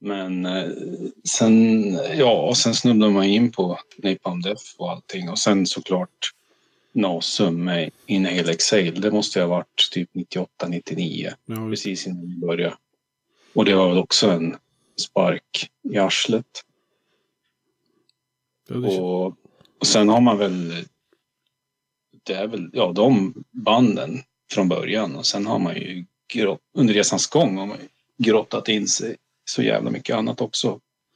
Men eh, sen, ja, och sen snubblade man in på Napalm Death och allting. Och sen såklart Nasum med Inhale Exhale. Det måste ju ha varit typ nittioåtta nittionio. Ja, just- Precis innan vi började. Och det var väl också en spark i arslet. ja, det, Och, och sen har man väl, det är väl, ja, de banden från början. Och sen har man ju grott, under resans gång har man ju grottat in sig så jävla mycket annat också.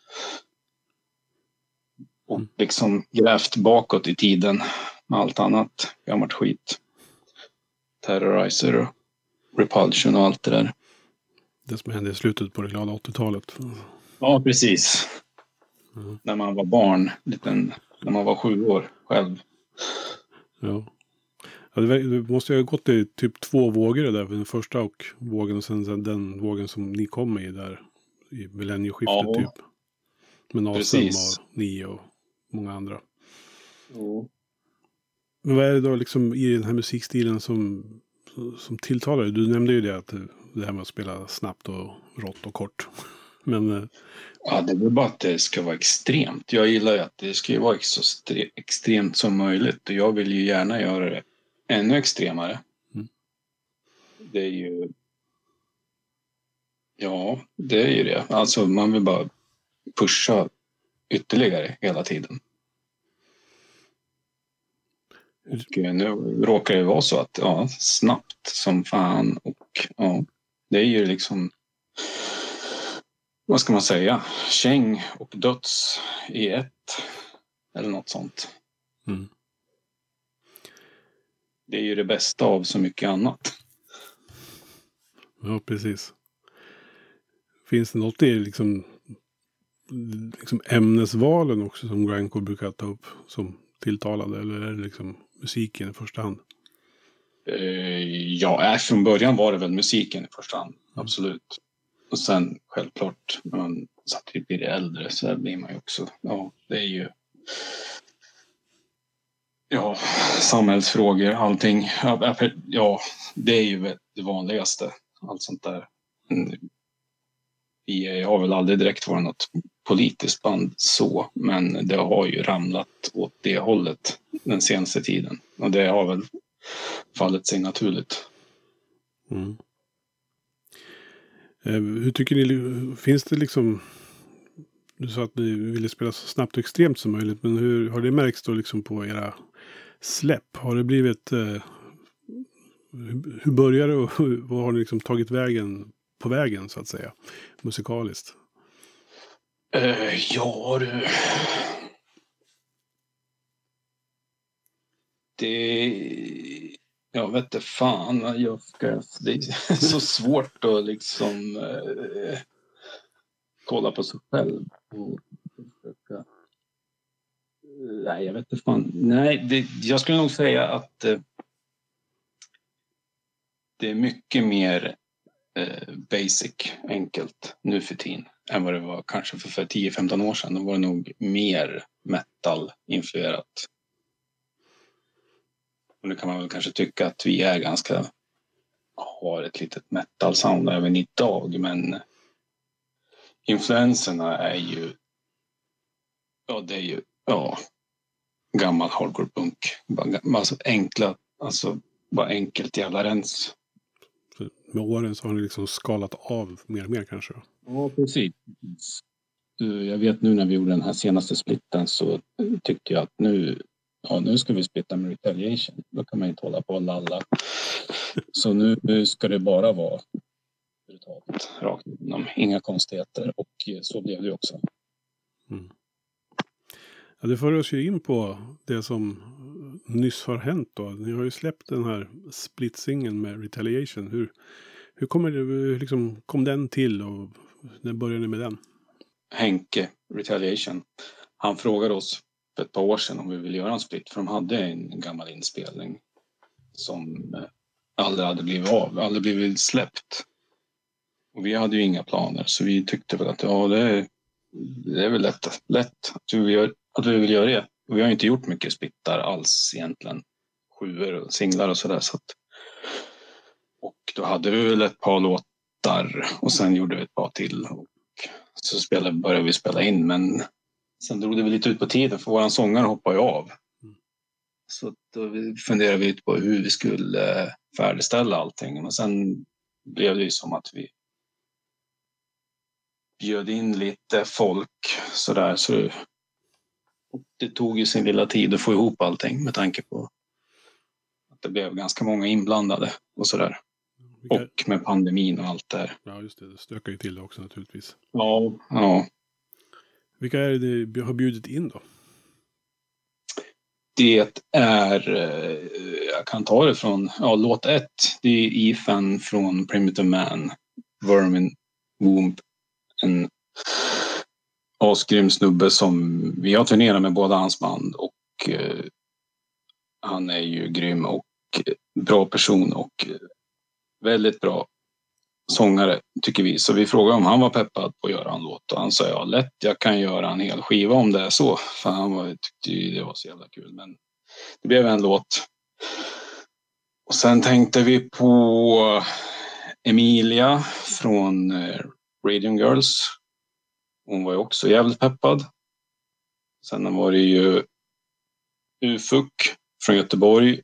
Och liksom grävt bakåt i tiden med allt annat gammalt skit. Terrorizer och Repulsion och allt det där. det som hände i slutet på det glada åttiotalet. Ja, precis. Mm. När man var barn, liten, när man var sju år själv. Ja. Ja, det, var- det måste ju ha gått i typ två vågor det där. Den första och vågen och sen, sen den vågen som ni kom i där i millennieskiftet Ja. typ. Med Nasum Precis. och ni och många andra. Jo. Men vad är det då liksom i den här musikstilen som, som tilltalar dig? Du nämnde ju det att det här med att spela snabbt och rått och kort. Men eh, Ja, det är väl bara att det ska vara extremt. Jag gillar ju att det ska ju vara så stre- extremt som möjligt. Och jag vill ju gärna göra det ännu extremare. Mm. Det är ju... Ja, det är ju det. Alltså man vill bara pusha ytterligare hela tiden. Och eh, nu råkar det vara så att ja, snabbt som fan. Och ja, det är ju liksom... Vad ska man säga? Käng och döds i ett. Eller något sånt. mm. Det är ju det bästa av så mycket annat. Ja, precis. Finns det något i liksom, liksom ämnesvalen också som grindcore brukar ta upp som tilltalade? Eller är det liksom musiken i första hand? Eh, ja, äh, från början var det väl musiken i första hand. Absolut. Och sen självklart när man samtidigt blir äldre så blir man ju också, ja, det är ju ja, samhällsfrågor, allting. Ja, ja, det är ju det vanligaste. Allt sånt där. Mm. Vi har väl aldrig direkt varit något politiskt band så, men det har ju ramlat åt det hållet den senaste tiden. Och det har väl fallit sig naturligt. Mm. Eh, hur tycker ni, finns det liksom, du sa att ni ville spela så snabbt och extremt som möjligt, men hur har det märkts då liksom på era släpp? Har det blivit, eh, hur, hur börjar det och hur, vad har ni liksom tagit vägen på vägen så att säga, musikaliskt? Uh, ja du. Det... Jag vet inte fan. Jag ska, det är så svårt att liksom uh, kolla på sig själv. Och försöka... Uh, nej, jag vet inte fan. Nej, det, jag skulle nog säga att uh, det är mycket mer uh, basic, enkelt nu för tiden än vad det var kanske för, för tio femton år sedan. Då var det nog mer metal-influerat. Och nu kan man väl kanske tycka att vi är ganska, har ett litet metal-sound även idag, men influenserna är ju, ja det är ju, ja, gammal hardcore-punk. Alltså enkla, alltså bara enkelt jävla rens. Så med åren så har ni liksom skalat av mer och mer kanske? Ja, precis. Jag vet nu när vi gjorde den här senaste splitten så tyckte jag att nu, ja, nu ska vi splitta med Retaliation. Då kan man inte hålla på och lalla. Så nu, nu ska det bara vara brutalt rakt igenom. Inga konstigheter. Och så blev det också. Mm. Ja, det för oss ju in på det som nyss har hänt då. Ni har ju släppt den här splitsingen med Retaliation. Hur, hur kommer det, liksom, kom den till och när började ni med den? Henke, Retaliation. Han frågade oss för ett par år sedan om vi ville göra en split. För de hade en gammal inspelning som aldrig hade blivit av. Aldrig blivit släppt. Och vi hade ju inga planer. Så vi tyckte väl att ja, det är, det är väl lätt, lätt att, vi gör, att vi vill göra det. Och vi har inte gjort mycket splittar alls egentligen. Sjuor och singlar och sådär. Så att, och då hade vi väl ett par låtar. Och sen gjorde vi ett par till. Och så spelade, började vi spela in, men sen drog det väl lite ut på tiden för våran sångare hoppade ju av. Mm. Så då funderade vi på hur vi skulle färdigställa allting. Och sen blev det ju som att vi bjöd in lite folk sådär. Så det, det tog ju sin lilla tid att få ihop allting med tanke på att det blev ganska många inblandade och sådär. Vilka... Och med pandemin och allt där. Ja, just det. Det stökar ju till det också naturligtvis. Ja, ja. Vilka är det du har bjudit in då? Det är, jag kan ta det från, ja, låt ett. Det är Ethan från Primitive Man, Vermin Womb. En asgrym snubbe som vi har turnerat med båda hans band. Och eh, han är ju grym och bra person och väldigt bra sångare tycker vi. Så vi frågade om han var peppad på att göra en låt. Och han sa ja, lätt, jag kan göra en hel skiva om det är så. För han var, tyckte ju det var så jävla kul. Men det blev en låt. Och sen tänkte vi på Emilia från Radium Girls. Hon var ju också jävligt peppad. Sen var det ju Ufuk från Göteborg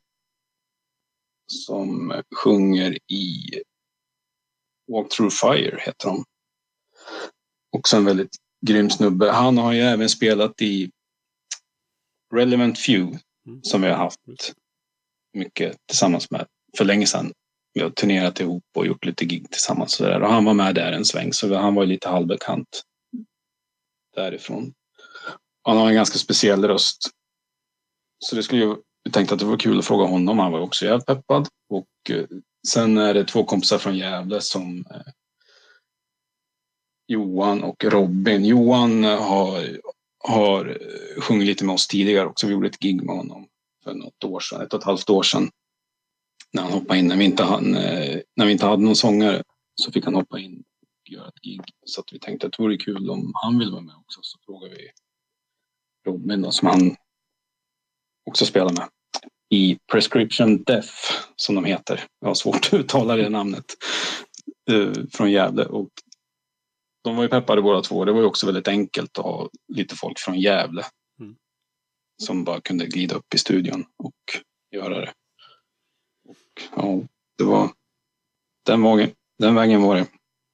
som sjunger i Walk Through Fire heter de. Också en väldigt grym snubbe. Han har ju även spelat i Relevant Few mm. som vi har haft mycket tillsammans med för länge sedan. Vi har turnerat ihop och gjort lite gig tillsammans och, där. Och han var med där en sväng så han var ju lite halvbekant därifrån. Han har en ganska speciell röst. Så det skulle ju, jag tänkte att det var kul att fråga honom. Han var också jävligt peppad. Och eh, sen är det två kompisar från Gävle som eh, Johan och Robin. Johan har, har sjungit lite med oss tidigare också. Vi gjorde ett gig med honom för något år sedan, ett och ett halvt år sedan. När han hoppade in, när vi inte, han, eh, när vi inte hade någon sångare så fick han hoppa in och göra ett gig. Så att vi tänkte att det vore kul om han vill vara med också. Så frågade vi Robin då, som han också spelar med i Prescription Death som de heter. Jag har svårt att uttala det namnet uh, från Gävle. Och de var ju peppade båda två. Det var ju också väldigt enkelt att ha lite folk från Gävle mm. som bara kunde glida upp i studion och göra det. Och ja, det var den vägen, den vägen var det.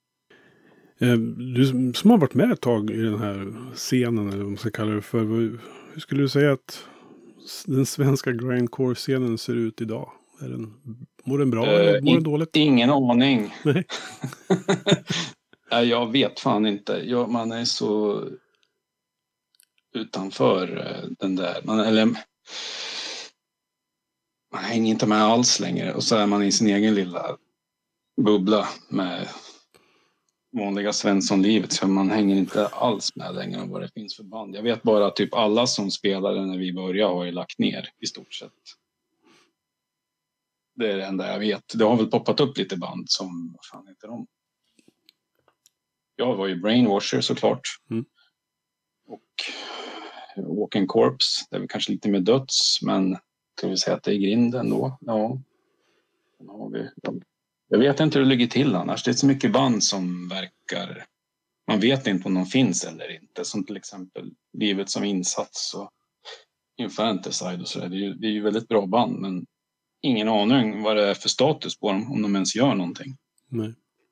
Du som har varit med ett tag i den här scenen, eller vad man ska kalla det för, hur skulle du säga att den svenska grindcore-scenen ser ut idag? Är den, mår den bra uh, eller mår den dåligt? Ingen aning. Nej. Jag vet fan inte. Jag, man är så utanför den där. Man, eller, man hänger inte med alls längre. Och så är man i sin egen lilla bubbla med vanliga Svensson-livet. Så man hänger inte alls med längre om vad det finns för band. Jag vet bara att typ alla som spelade när vi började har ju lagt ner i stort sett. Det är det enda jag vet. Det har väl poppat upp lite band som, vad fan heter de? Jag var ju Brainwasher såklart. Mm. Och Walking Corpse. Det är väl kanske lite mer döds. Men ska vi säga att det är grinden då? Ja. Då har vi... Jag vet inte hur det ligger till annars. Det är så mycket band som verkar... Man vet inte om de finns eller inte. Som till exempel Livet som insats och Infanticide och sådär. Det är ju, det är ju väldigt bra band. Men ingen aning vad det är för status på dem. Om de ens gör någonting. Nej.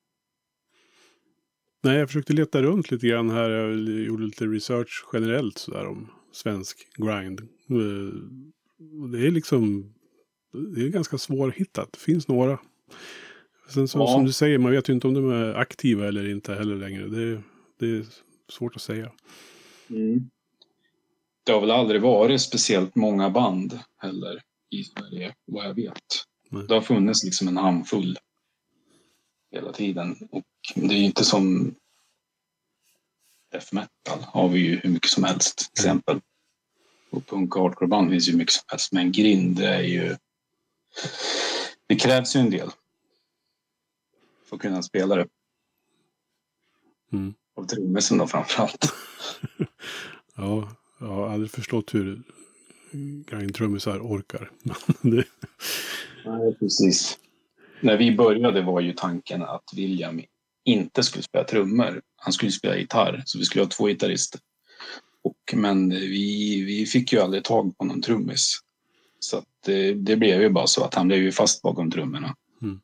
Nej, jag försökte leta runt lite grann här. Jag gjorde lite research generellt så där om svensk grind. Det är liksom... Det är ganska svårhittat. Det finns några... Sen så, ja. Som du säger, man vet ju inte om de är aktiva eller inte heller längre. Det, det är svårt att säga. Mm. Det har väl aldrig varit speciellt många band heller i Sverige, vad jag vet. Nej. Det har funnits liksom en handfull hela tiden. Och det är ju inte som death metal har vi ju hur mycket som helst till exempel. Och punk och hardcore band finns ju hur mycket som helst. Men grind är ju... Det krävs ju en del för att kunna spela det. Mm. Av trummisen då framförallt. Ja, jag har aldrig förstått hur grindtrummisar orkar. det... Nej, precis. När vi började var ju tanken att William inte skulle spela trummor. Han skulle spela gitarr, så vi skulle ha två gitarrister. Och, men vi, vi fick ju aldrig tag på någon trummis. Så att det, det blev ju bara så att han blev ju fast bakom trummorna. Mm.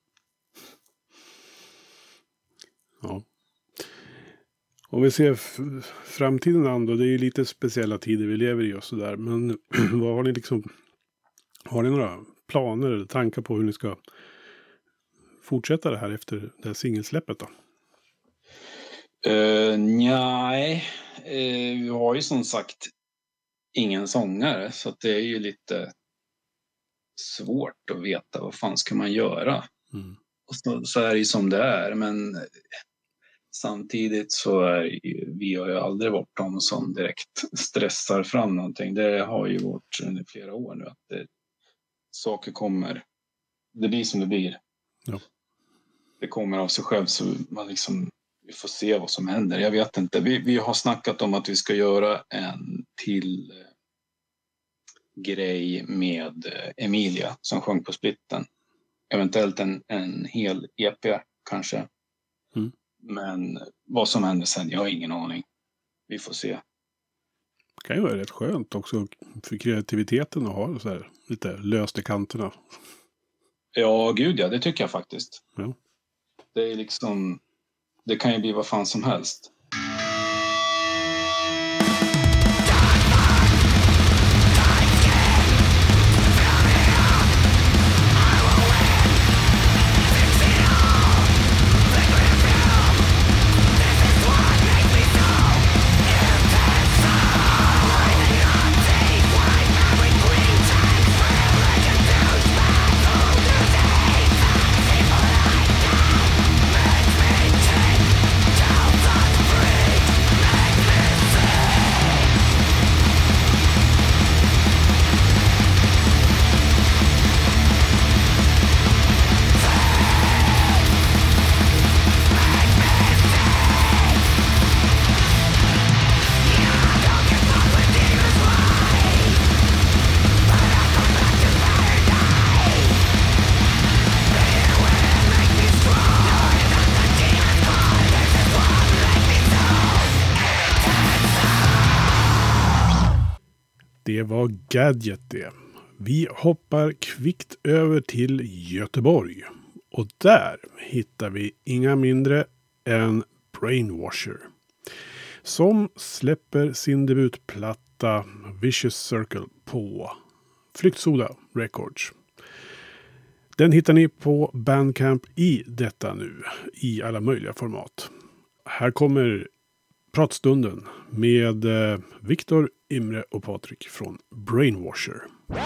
Ja. Om vi ser f- framtiden an då, det är ju lite speciella tider vi lever i och sådär. Men vad har ni liksom, har ni några planer eller tankar på hur ni ska fortsätta det här efter det här singelsläppet då? Uh, nej, uh, vi har ju som sagt ingen sångare, så att det är ju lite svårt att veta vad fan ska man göra. Mm. Och så, så är det ju som det är, men samtidigt så är ju, vi har ju aldrig varit de som direkt stressar fram någonting. Det har ju varit under flera år nu att det, saker kommer, det blir som det blir. Ja. Det kommer av sig själv, så man liksom, vi får se vad som händer. Jag vet inte. Vi, vi har snackat om att vi ska göra en till eh, grej med eh, Emilia som sjöng på Splitten. Eventuellt en, en hel E P kanske. Mm. Men vad som händer sen, jag har ingen aning. Vi får se. Det kan ju vara rätt skönt också för kreativiteten att ha så här lite löst i kanterna. Ja, gud ja, det tycker jag faktiskt. Ja. Det är liksom, det kan ju bli vad fan som helst. Det var Gadget det. Vi hoppar kvickt över till Göteborg. Och där hittar vi inga mindre än Brainwasher. Som släpper sin debutplatta Vicious Circle på Flyktsoda Records. Den hittar ni på Bandcamp i detta nu. I alla möjliga format. Här kommer pratstunden med eh, Viktor, Imre och Patrik från Brainwasher.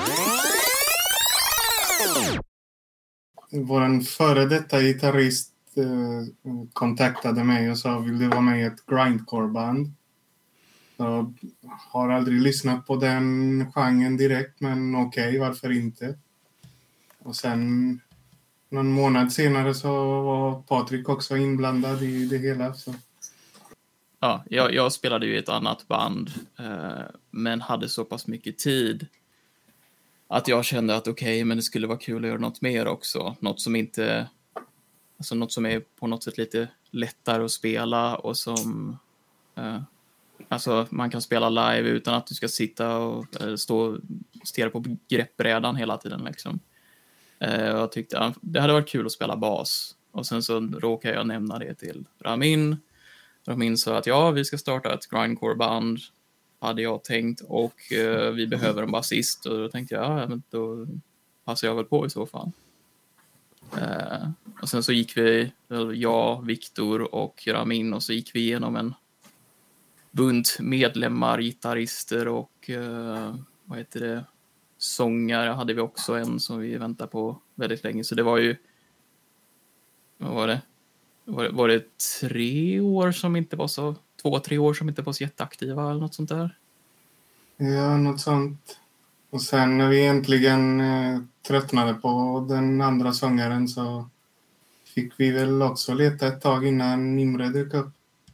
Vår före detta gitarrist eh, kontaktade mig och sa, vill du vara med i ett grindcore-band? Jag har aldrig lyssnat på den genren direkt, men okej, okay, varför inte? Och sen någon månad senare så var Patrik också inblandad i det hela. Så. Ja, jag, jag spelade ju i ett annat band, eh, men hade så pass mycket tid att jag kände att okej, okay, men det skulle vara kul att göra något mer också. Något som inte, alltså något som är på något sätt lite lättare att spela och som, eh, alltså man kan spela live utan att du ska sitta och eh, stå och stirra på greppbrädan hela tiden liksom. Eh, jag tyckte ja, det hade varit kul att spela bas. Och sen så råkade jag nämna det till Ramin. Ramin sa att ja, vi ska starta ett grindcore-band, hade jag tänkt, och eh, vi behöver en basist. Och då tänkte jag, ja, men då passar jag väl på i så fall. Eh, och sen så gick vi, jag, Viktor och Ramin, och så gick vi igenom en bunt medlemmar, gitarrister och eh, vad heter det, sångare hade vi också en som vi väntade på väldigt länge. Så det var ju, vad var det? Var det, var det tre år som inte var så, två, tre år som inte var så jätteaktiva eller något sånt där? Ja, något sånt. Och sen när vi äntligen eh, tröttnade på den andra sångaren så fick vi väl också leta ett tag innan Imre dök upp.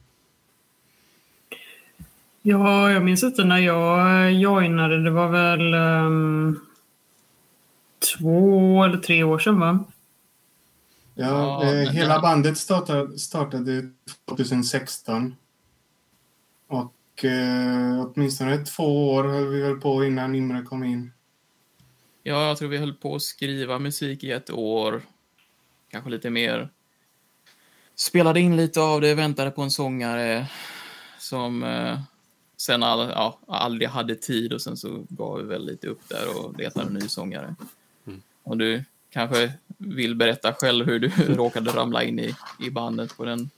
Ja, jag minns inte när jag joinade. Det var väl um, två eller tre år sedan, va? Ja, Ja, eh, men hela det- bandet startade, startade tjugohundrasexton. Och eh, åtminstone två år höll vi väl på innan Imre kom in. Ja, jag tror vi höll på att skriva musik i ett år. Kanske lite mer. Spelade in lite av det, väntade på en sångare som eh, sen all, ja, aldrig hade tid och sen så gav vi väl lite upp där och letade en ny sångare. Mm. Och du kanske vill berätta själv hur du råkade ramla in i, i bandet på den.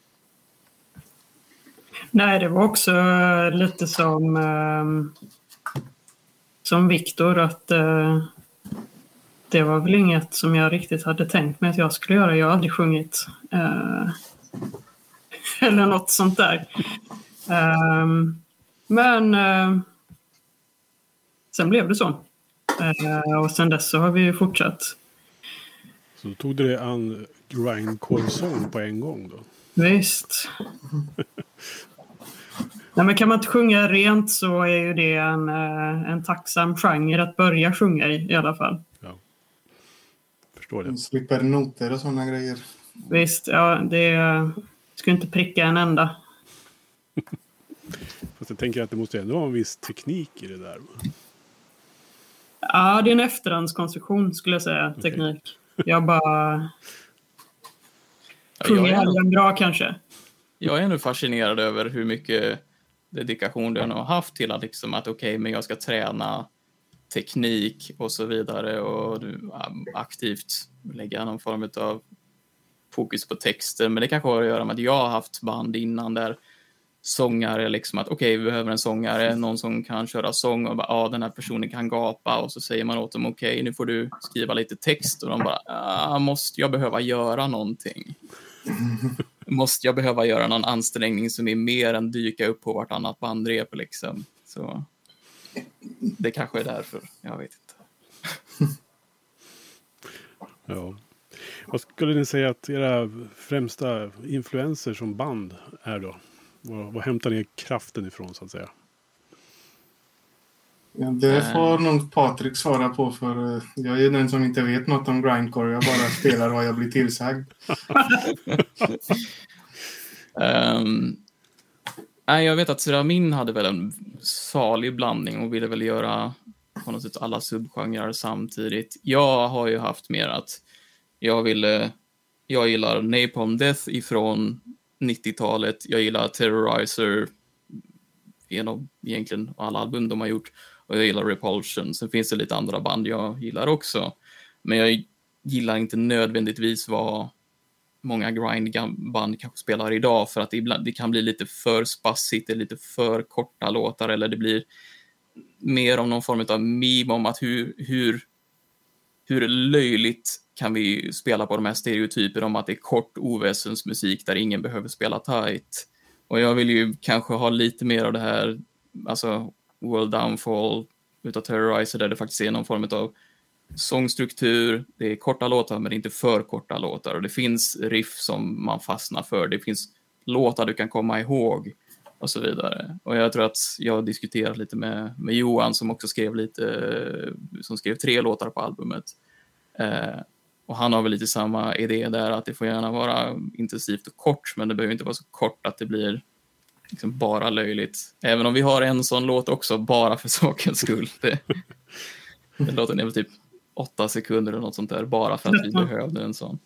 Nej, det var också eh, lite som, eh, som Viktor, att eh, det var väl inget som jag riktigt hade tänkt mig att jag skulle göra. Jag har aldrig sjungit. Eh, eller något sånt där. Eh, men eh, sen blev det så. Eh, och sen dess så har vi ju fortsatt. Så då tog du det an grindcore-sång på en gång då? Visst. Nej, men kan man inte sjunga rent så är ju det en, eh, en tacksam genre att börja sjunga i, i alla fall. Ja. Förstår det. Vi slipper noter och sådana grejer. Visst, ja, det skulle inte pricka en enda. Fast jag tänker att det måste ändå vara en viss teknik i det där. Ja, det är en efterhandskonstruktion skulle jag säga, teknik. Jag bara Ja, sjunger jag, är, hellre än bra kanske. jag är nu fascinerad över hur mycket dedikation du har haft till att liksom att okej, okay, men jag ska träna teknik och så vidare och du, aktivt lägga någon form av fokus på texten. Men det kanske har att göra med att jag har haft band innan där sångare liksom att okej, okay, vi behöver en sångare, någon som kan köra sång och bara, ja, den här personen kan gapa och så säger man åt dem okej, okay, nu får du skriva lite text och de bara, ah, måste jag behöva göra någonting? Måste jag behöva göra någon ansträngning som är mer än dyka upp på vartannat bandrep liksom? Så det kanske är därför, jag vet inte. Ja. Vad skulle ni säga att era främsta influenser som band är då? Vad, vad hämtar ni kraften ifrån så att säga? Ja, det får nog Patrik svara på, för jag är den som inte vet något om grindcore. Jag bara spelar vad jag blir tillsagd. um, nej, jag vet att Ramin hade väl en salig blandning och ville väl göra på något sätt alla subgenrer samtidigt. Jag har ju haft mer att jag ville, jag gillar Napalm Death ifrån nittiotalet. Jag gillar Terrorizer, en av egentligen alla album de har gjort. Och jag gillar Repulsion. Sen finns det lite andra band jag gillar också. Men jag gillar inte nödvändigtvis vad många grindband kanske spelar idag. För att det, ibland, det kan bli lite för spassigt, eller lite för korta låtar. Eller det blir mer om någon form av meme om att hur, hur, hur löjligt kan vi spela på de här stereotyper om att det är kort oväsensmusik där ingen behöver spela tight. Och jag vill ju kanske ha lite mer av det här, alltså World Downfall utav Terrorizer, där det faktiskt är någon form av sångstruktur. Det är korta låtar, men det är inte för korta låtar. Och det finns riff som man fastnar för. Det finns låtar du kan komma ihåg och så vidare. Och jag tror att jag har diskuterat lite med, med Johan som också skrev lite, som skrev tre låtar på albumet. Eh, och han har väl lite samma idé där, att det får gärna vara intensivt och kort, men det behöver inte vara så kort att det blir liksom bara löjligt. Även om vi har en sån låt också, bara för sakens skull. Det, det låter väl typ åtta sekunder eller något sånt där, bara för att vi behövde en sån.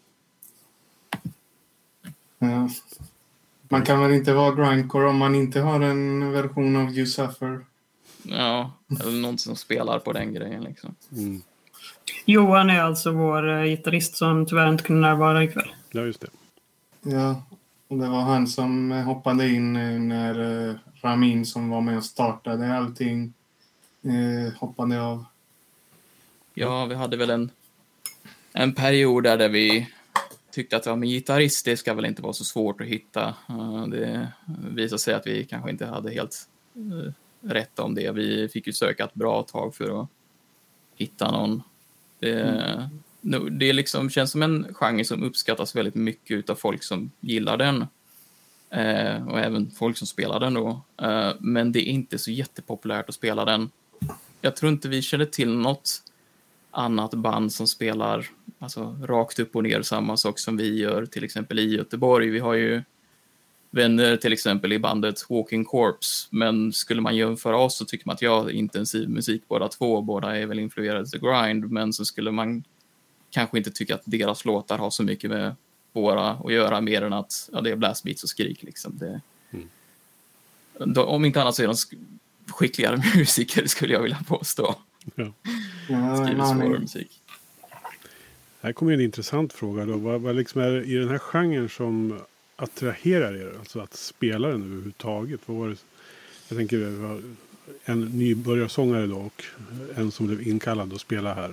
Ja. Man kan väl inte vara grindcore om man inte har en version av You Suffer. Ja, eller någon som spelar på den grejen liksom. Mm. Johan är alltså vår uh, gitarrist som tyvärr inte kunde närvara ikväll. Ja, just det. Ja, och det var han som hoppade in när uh, Ramin som var med och startade allting uh, hoppade av. Ja, vi hade väl en, en period där, där vi tyckte att ja, men gitarrist, det ska väl inte vara så svårt att hitta. Uh, det visade sig att vi kanske inte hade helt uh, rätt om det. Vi fick ju söka ett bra tag för att hitta någon. Det, mm. det liksom känns som en genre som uppskattas väldigt mycket av folk som gillar den. Uh, och även folk som spelar den då. Uh, men det är inte så jättepopulärt att spela den. Jag tror inte vi känner till något annat band som spelar alltså rakt upp och ner samma sak som vi gör till exempel i Göteborg. Vi har ju vänner till exempel i bandet Walking Corpse, men skulle man jämföra oss så tycker man att jag är intensiv musik båda två, båda är väl influerade till grind, men så skulle man kanske inte tycka att deras låtar har så mycket med våra att göra mer än att ja, det är blastbeats och skrik liksom. Det, mm. då, om inte annat så är de sk- skickligare musiker skulle jag vilja påstå. Ja. Skriver svårare musik. Här kommer en intressant fråga då. Vad, vad liksom är i den här genren som attraherar er? Alltså att spela den överhuvudtaget. Vad var det? Jag tänker en nybörjarsångare då och en som blev inkallad att spela här.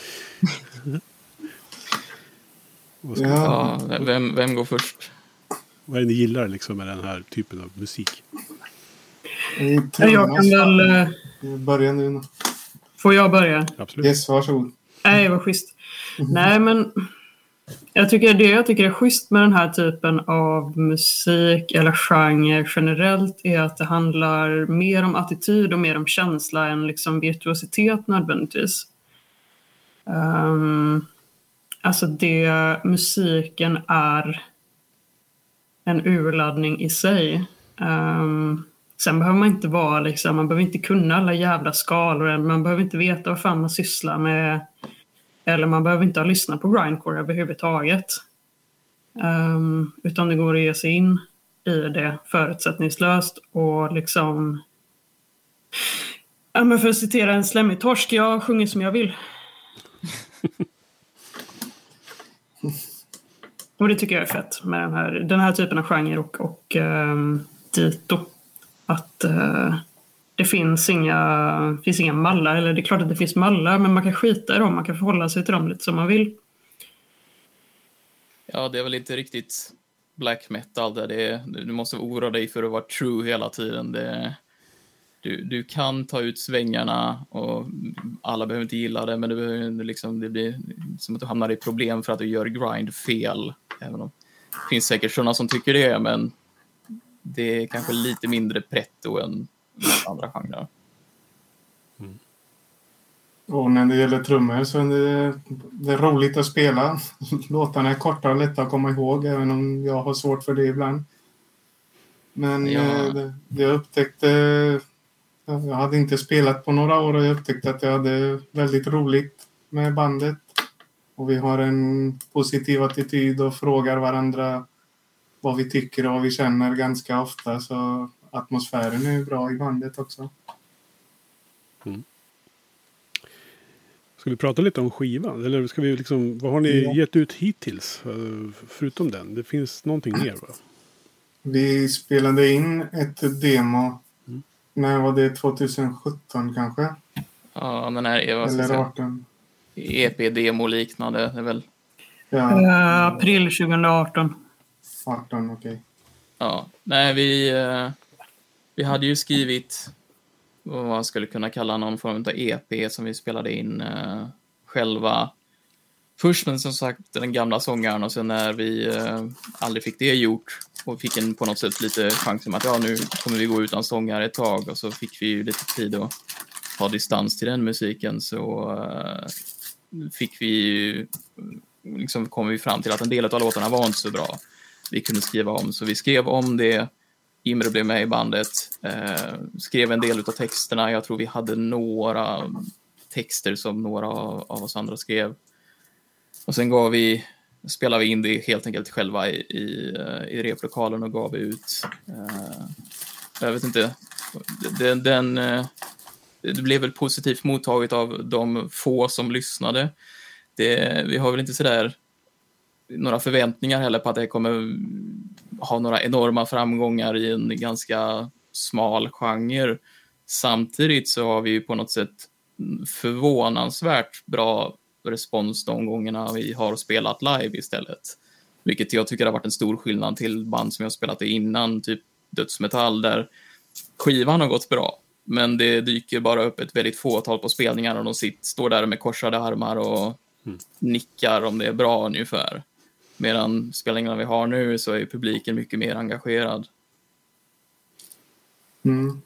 Ja, vem, vem går först? Vad är det ni gillar liksom med den här typen av musik? Jag kan väl... Börja nu. Får jag börja? Absolut. Yes, varsågod. Nej, vad schysst. Mm. Nej, men jag tycker det jag tycker är schysst med den här typen av musik eller genre generellt är att det handlar mer om attityd och mer om känsla än liksom virtuositet nödvändigtvis. Um, alltså det musiken är en urladdning i sig. Um, sen behöver man inte vara liksom, man behöver inte kunna alla jävla skalor, man behöver inte veta vad fan man sysslar med. Eller man behöver inte ha lyssnat på grindcore överhuvudtaget. Um, utan det går att ge sig in i det förutsättningslöst. Och liksom... Ja, men för att citera en slemmig torsk, jag sjunger som jag vill. Och det tycker jag är fett med den här, den här typen av genre och, och um, dito. Att... Uh, Det finns inga, finns inga mallar, eller det är klart att det finns mallar, men man kan skita i dem, man kan förhålla sig till dem lite som man vill. Ja, det är väl inte riktigt black metal där det är, du måste oroa dig för att vara true hela tiden. Det, du, du kan ta ut svängarna och alla behöver inte gilla det, men det, behöver, liksom, det blir som att du hamnar i problem för att du gör grind fel. Även om det finns säkert sådana som tycker det, men det är kanske lite mindre pretto än andra genrer. Mm. Och när det gäller trummor så är det, det är roligt att spela. Låtarna är korta och lätta att komma ihåg, även om jag har svårt för det ibland. Men ja. det, det jag upptäckte, jag hade inte spelat på några år och jag upptäckte att jag hade väldigt roligt med bandet. Och vi har en positiv attityd och frågar varandra vad vi tycker och vad vi känner ganska ofta, så atmosfären är bra i bandet också. Mm. Ska vi prata lite om skivan? Eller ska vi liksom, vad har ni ja. gett ut hittills? Förutom den. Det finns någonting mer, va? Vi spelade in ett demo. Mm. När var det? tjugohundrasjutton kanske? Ja, den här är eller arton. E P-demo liknande. Det är väl... Ja. Uh, april tjugoarton. arton, okej. Okay. Ja, nej vi... Uh... Vi hade ju skrivit vad man skulle kunna kalla någon form av E P som vi spelade in uh, själva. Först men som sagt den gamla sångaren, och sen när vi uh, aldrig fick det gjort och fick en på något sätt lite chans om att ja, nu kommer vi gå utan sångare ett tag, och så fick vi ju lite tid att ha distans till den musiken, så uh, fick vi ju liksom kom vi fram till att en del av låtarna var inte så bra. Vi kunde skriva om, så vi skrev om det. Imre blev med i bandet, eh, skrev en del av texterna. Jag tror vi hade några texter som några av, av oss andra skrev. Och sen gav vi, spelade vi in det helt enkelt själva i, i, i replokalen och gav ut. Eh, jag vet inte, den, den, det blev väl positivt mottaget av de få som lyssnade. Det, vi har väl inte sådär några förväntningar heller på att det kommer ha några enorma framgångar i en ganska smal genre. Samtidigt så har vi på något sätt förvånansvärt bra respons de gångerna vi har spelat live istället. Vilket jag tycker har varit en stor skillnad till band som jag spelat i innan, typ dödsmetall, där skivan har gått bra. Men det dyker bara upp ett väldigt fåtal på spelningar och de sitter, står där med korsade armar och mm. nickar om det är bra ungefär. Medan spelningarna vi har nu så är publiken mycket mer engagerad. Mm.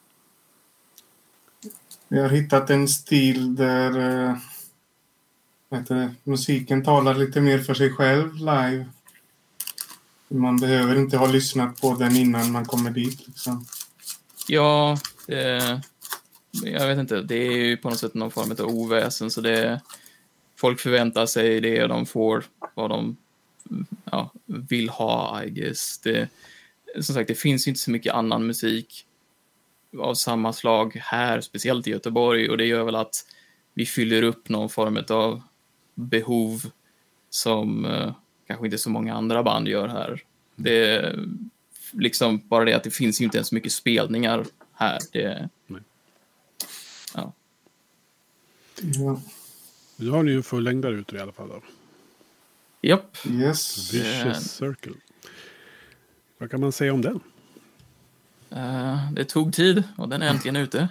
Vi har hittat en stil där vet du, musiken talar lite mer för sig själv live. Man behöver inte ha lyssnat på den innan man kommer dit. Liksom. Ja, det, jag vet inte. Det är ju på något sätt någon form av oväsen. Så det, folk förväntar sig det och de får vad de ja, vill ha, I guess. Det, som sagt, det finns inte så mycket annan musik av samma slag här, speciellt i Göteborg. Och det gör väl att vi fyller upp någon form av behov som eh, kanske inte så många andra band gör här. Det är liksom bara det att det finns ju inte ens mycket spelningar här. Det, Nej. Ja. Ja. Nu har ni ju en fullängdare ute i alla fall då. Japp. Yes. Vicious Circle. Vad kan man säga om den? Uh, det tog tid och den är äntligen ute.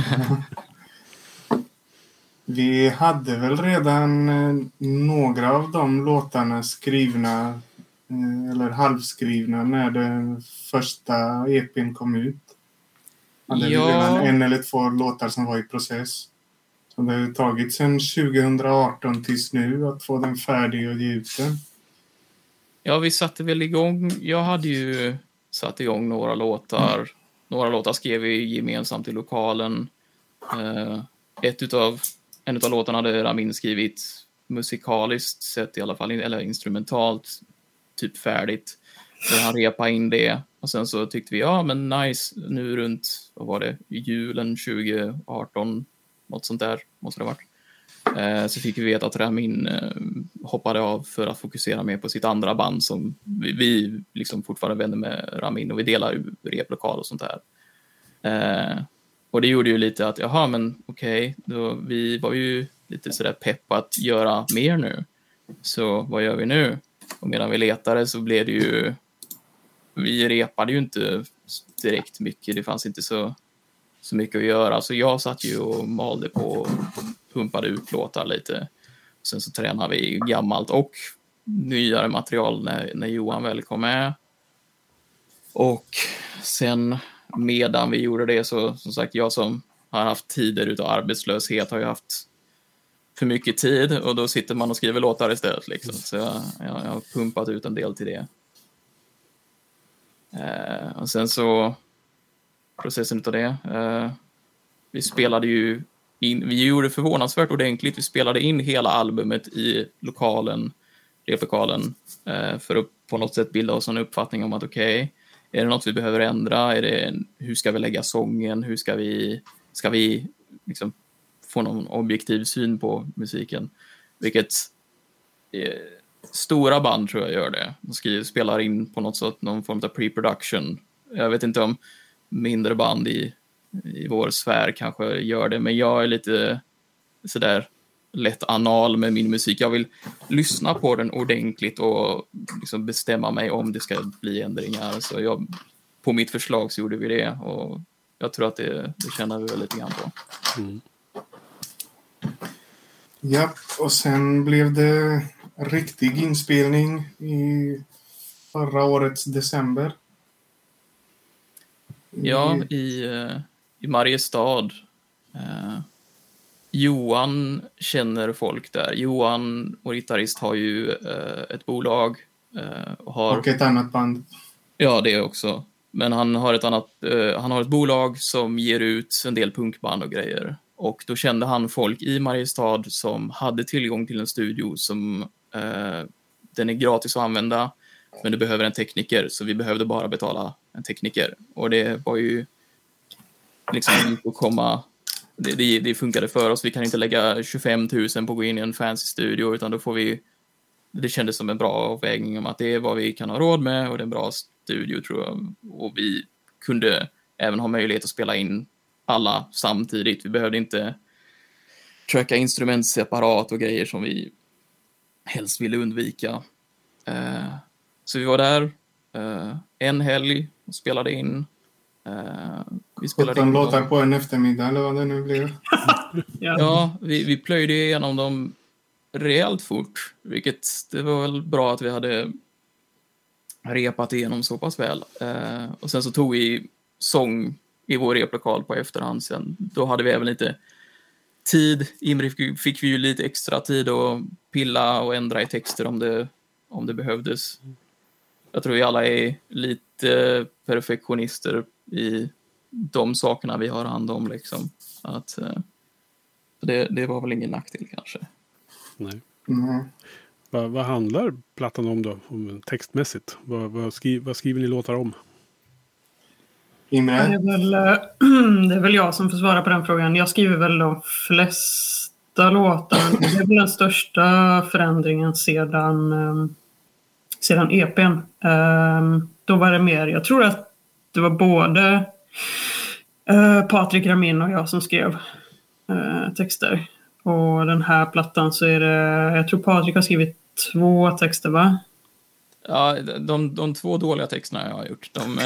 Vi hade väl redan eh, några av de låtarna skrivna eh, eller halvskrivna när den första E P:n kom ut. Hade Ja. vi redan en eller två låtar som var i process. Så det har tagit sedan tjugo arton tills nu att få den färdig och ge ut den. Ja, vi satte väl igång. Jag hade ju satt igång några låtar. Mm. Några låtar skrev vi gemensamt i lokalen. Uh, ett utav, en utav låtarna hade Ramin skrivit musikaliskt sett i alla fall, eller instrumentalt, typ färdigt. Så han repade in det. Och sen så tyckte vi, ja men nice, nu runt, vad var det, julen tjugo arton, något sånt där måste det ha varit. Eh, så fick vi veta att Ramin eh, hoppade av för att fokusera mer på sitt andra band som vi, vi liksom fortfarande vänner med Ramin och vi delar ju replokal och sånt där. Eh, och det gjorde ju lite att, jaha men okej, okay, vi var ju lite sådär pepp på att göra mer nu. Så vad gör vi nu? Och medan vi letade så blev det ju, vi repade ju inte direkt mycket, det fanns inte så, så mycket att göra. Så jag satt ju och malde på och pumpade ut låtar lite. Sen så tränade vi gammalt och nyare material när, när Johan väl kom med. Och sen medan vi gjorde det så, som sagt, jag som har haft tider utav arbetslöshet har ju haft för mycket tid och då sitter man och skriver låtar istället liksom. Så jag, jag, jag har pumpat ut en del till det. Eh, och sen så processen utav det. Eh, vi spelade ju in, vi gjorde förvånansvärt ordentligt. Vi spelade in hela albumet i lokalen, replokalen, eh, för att på något sätt bilda oss en uppfattning om att okej, okay, är det något vi behöver ändra? Är det, hur ska vi lägga sången? Hur ska vi, ska vi liksom få någon objektiv syn på musiken? Vilket eh, stora band tror jag gör det. De skriver, spelar in på något sätt någon form av pre-production. Jag vet inte om mindre band i, i vår sfär kanske gör det, men jag är lite sådär lätt anal med min musik. Jag vill lyssna på den ordentligt och liksom bestämma mig om det ska bli ändringar. Så jag, på mitt förslag så gjorde vi det och jag tror att det, det känner vi väl lite grann på. Mm. Ja, och sen blev det riktig inspelning i förra årets december. Ja, i, i Mariestad. Eh, Johan känner folk där. Johan, vår gitarrist, har ju eh, ett bolag. Eh, och, har, och ett annat band. Ja, det också. Men han har ett annat, eh, han har ett bolag som ger ut en del punkband och grejer. Och då kände han folk i Mariestad som hade tillgång till en studio som eh, den är gratis att använda, men du behöver en tekniker, så vi behövde bara betala en tekniker. Och det var ju liksom att komma, det, det, det funkade för oss. Vi kan inte lägga tjugofem tusen på att gå in i en fancy studio, utan då får vi, det kändes som en bra avvägning om att det är vad vi kan ha råd med och det är en bra studio tror jag. Och vi kunde även ha möjlighet att spela in alla samtidigt. Vi behövde inte tracka instrument separat och grejer som vi helst ville undvika. Uh, så vi var där uh, en helg och spelade in. Uh, vi spelade in låtar dem. på en eftermiddag eller vad det nu blev. ja, ja vi, vi plöjde igenom dem rejält fort. Vilket det var väl bra att vi hade repat igenom så pass väl. Uh, och sen så tog vi sång i vår replokal på efterhand sen. Då hade vi även lite tid. Imre fick, fick vi ju lite extra tid att pilla och ändra i texter om det, om det behövdes. Jag tror vi alla är lite perfektionister i de sakerna vi har hand om. Liksom. Att, det, det var väl ingen nackdel kanske. Nej. Mm. Vad, vad handlar plattan om då? Om textmässigt? Vad, vad, skri, vad skriver ni låtar om? Imre? Det är, väl, det är väl jag som får svara på den frågan. Jag skriver väl de flesta låtarna. Det är väl den största förändringen sedan, sedan E P:n. Då var det mer, jag tror att det var både Patrik Ramin och jag som skrev texter. Och den här plattan så är det, jag tror Patrik har skrivit två texter, va? Ja, de, de två dåliga texterna jag har gjort, de...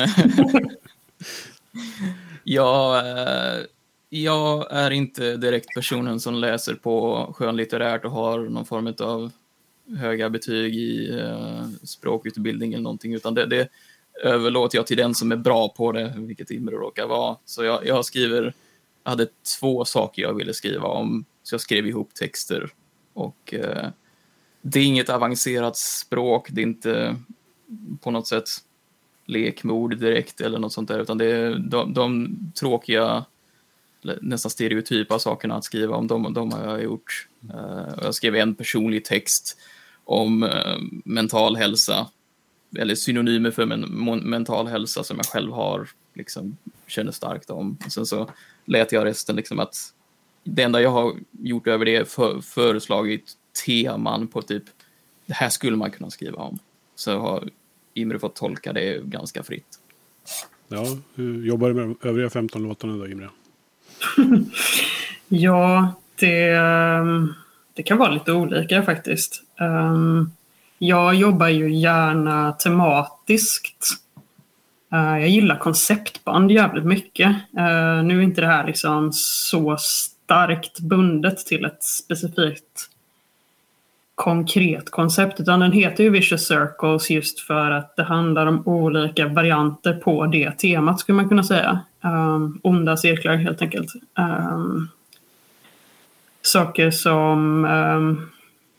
jag, jag är inte direkt personen som läser på skönlitterärt och har någon form av höga betyg i uh, språkutbildning eller någonting, utan det, det överlåter jag till den som är bra på det, vilket Imre råkar vara. Så jag, jag skriver, jag hade två saker jag ville skriva om, så jag skrev ihop texter. Och uh, det är inget avancerat språk, det är inte på något sätt lekmord direkt eller något sånt där, utan det är de, de tråkiga, nästan stereotypa sakerna att skriva om, de, de har jag gjort. Uh, jag skrev en personlig text om uh, mental hälsa, eller synonymer för men, mental hälsa som jag själv har, liksom, känner starkt om. Och sen så lät jag resten liksom att det enda jag har gjort över det är för, föreslagit teman på typ, det här skulle man kunna skriva om. Så har Imre fått tolka det ganska fritt. Ja, hur jobbar du med övriga femton låtarna då, Imre? Ja, det, det kan vara lite olika faktiskt. Jag jobbar ju gärna tematiskt. Jag gillar konceptband jävligt mycket. Nu är inte det här liksom så starkt bundet till ett specifikt konkret koncept, utan den heter ju Vicious Circles just för att det handlar om olika varianter på det temat, skulle man kunna säga. Um, onda cirklar helt enkelt. Um, saker som um,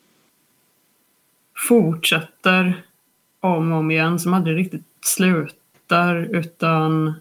fortsätter om och om igen, som aldrig riktigt slutar, utan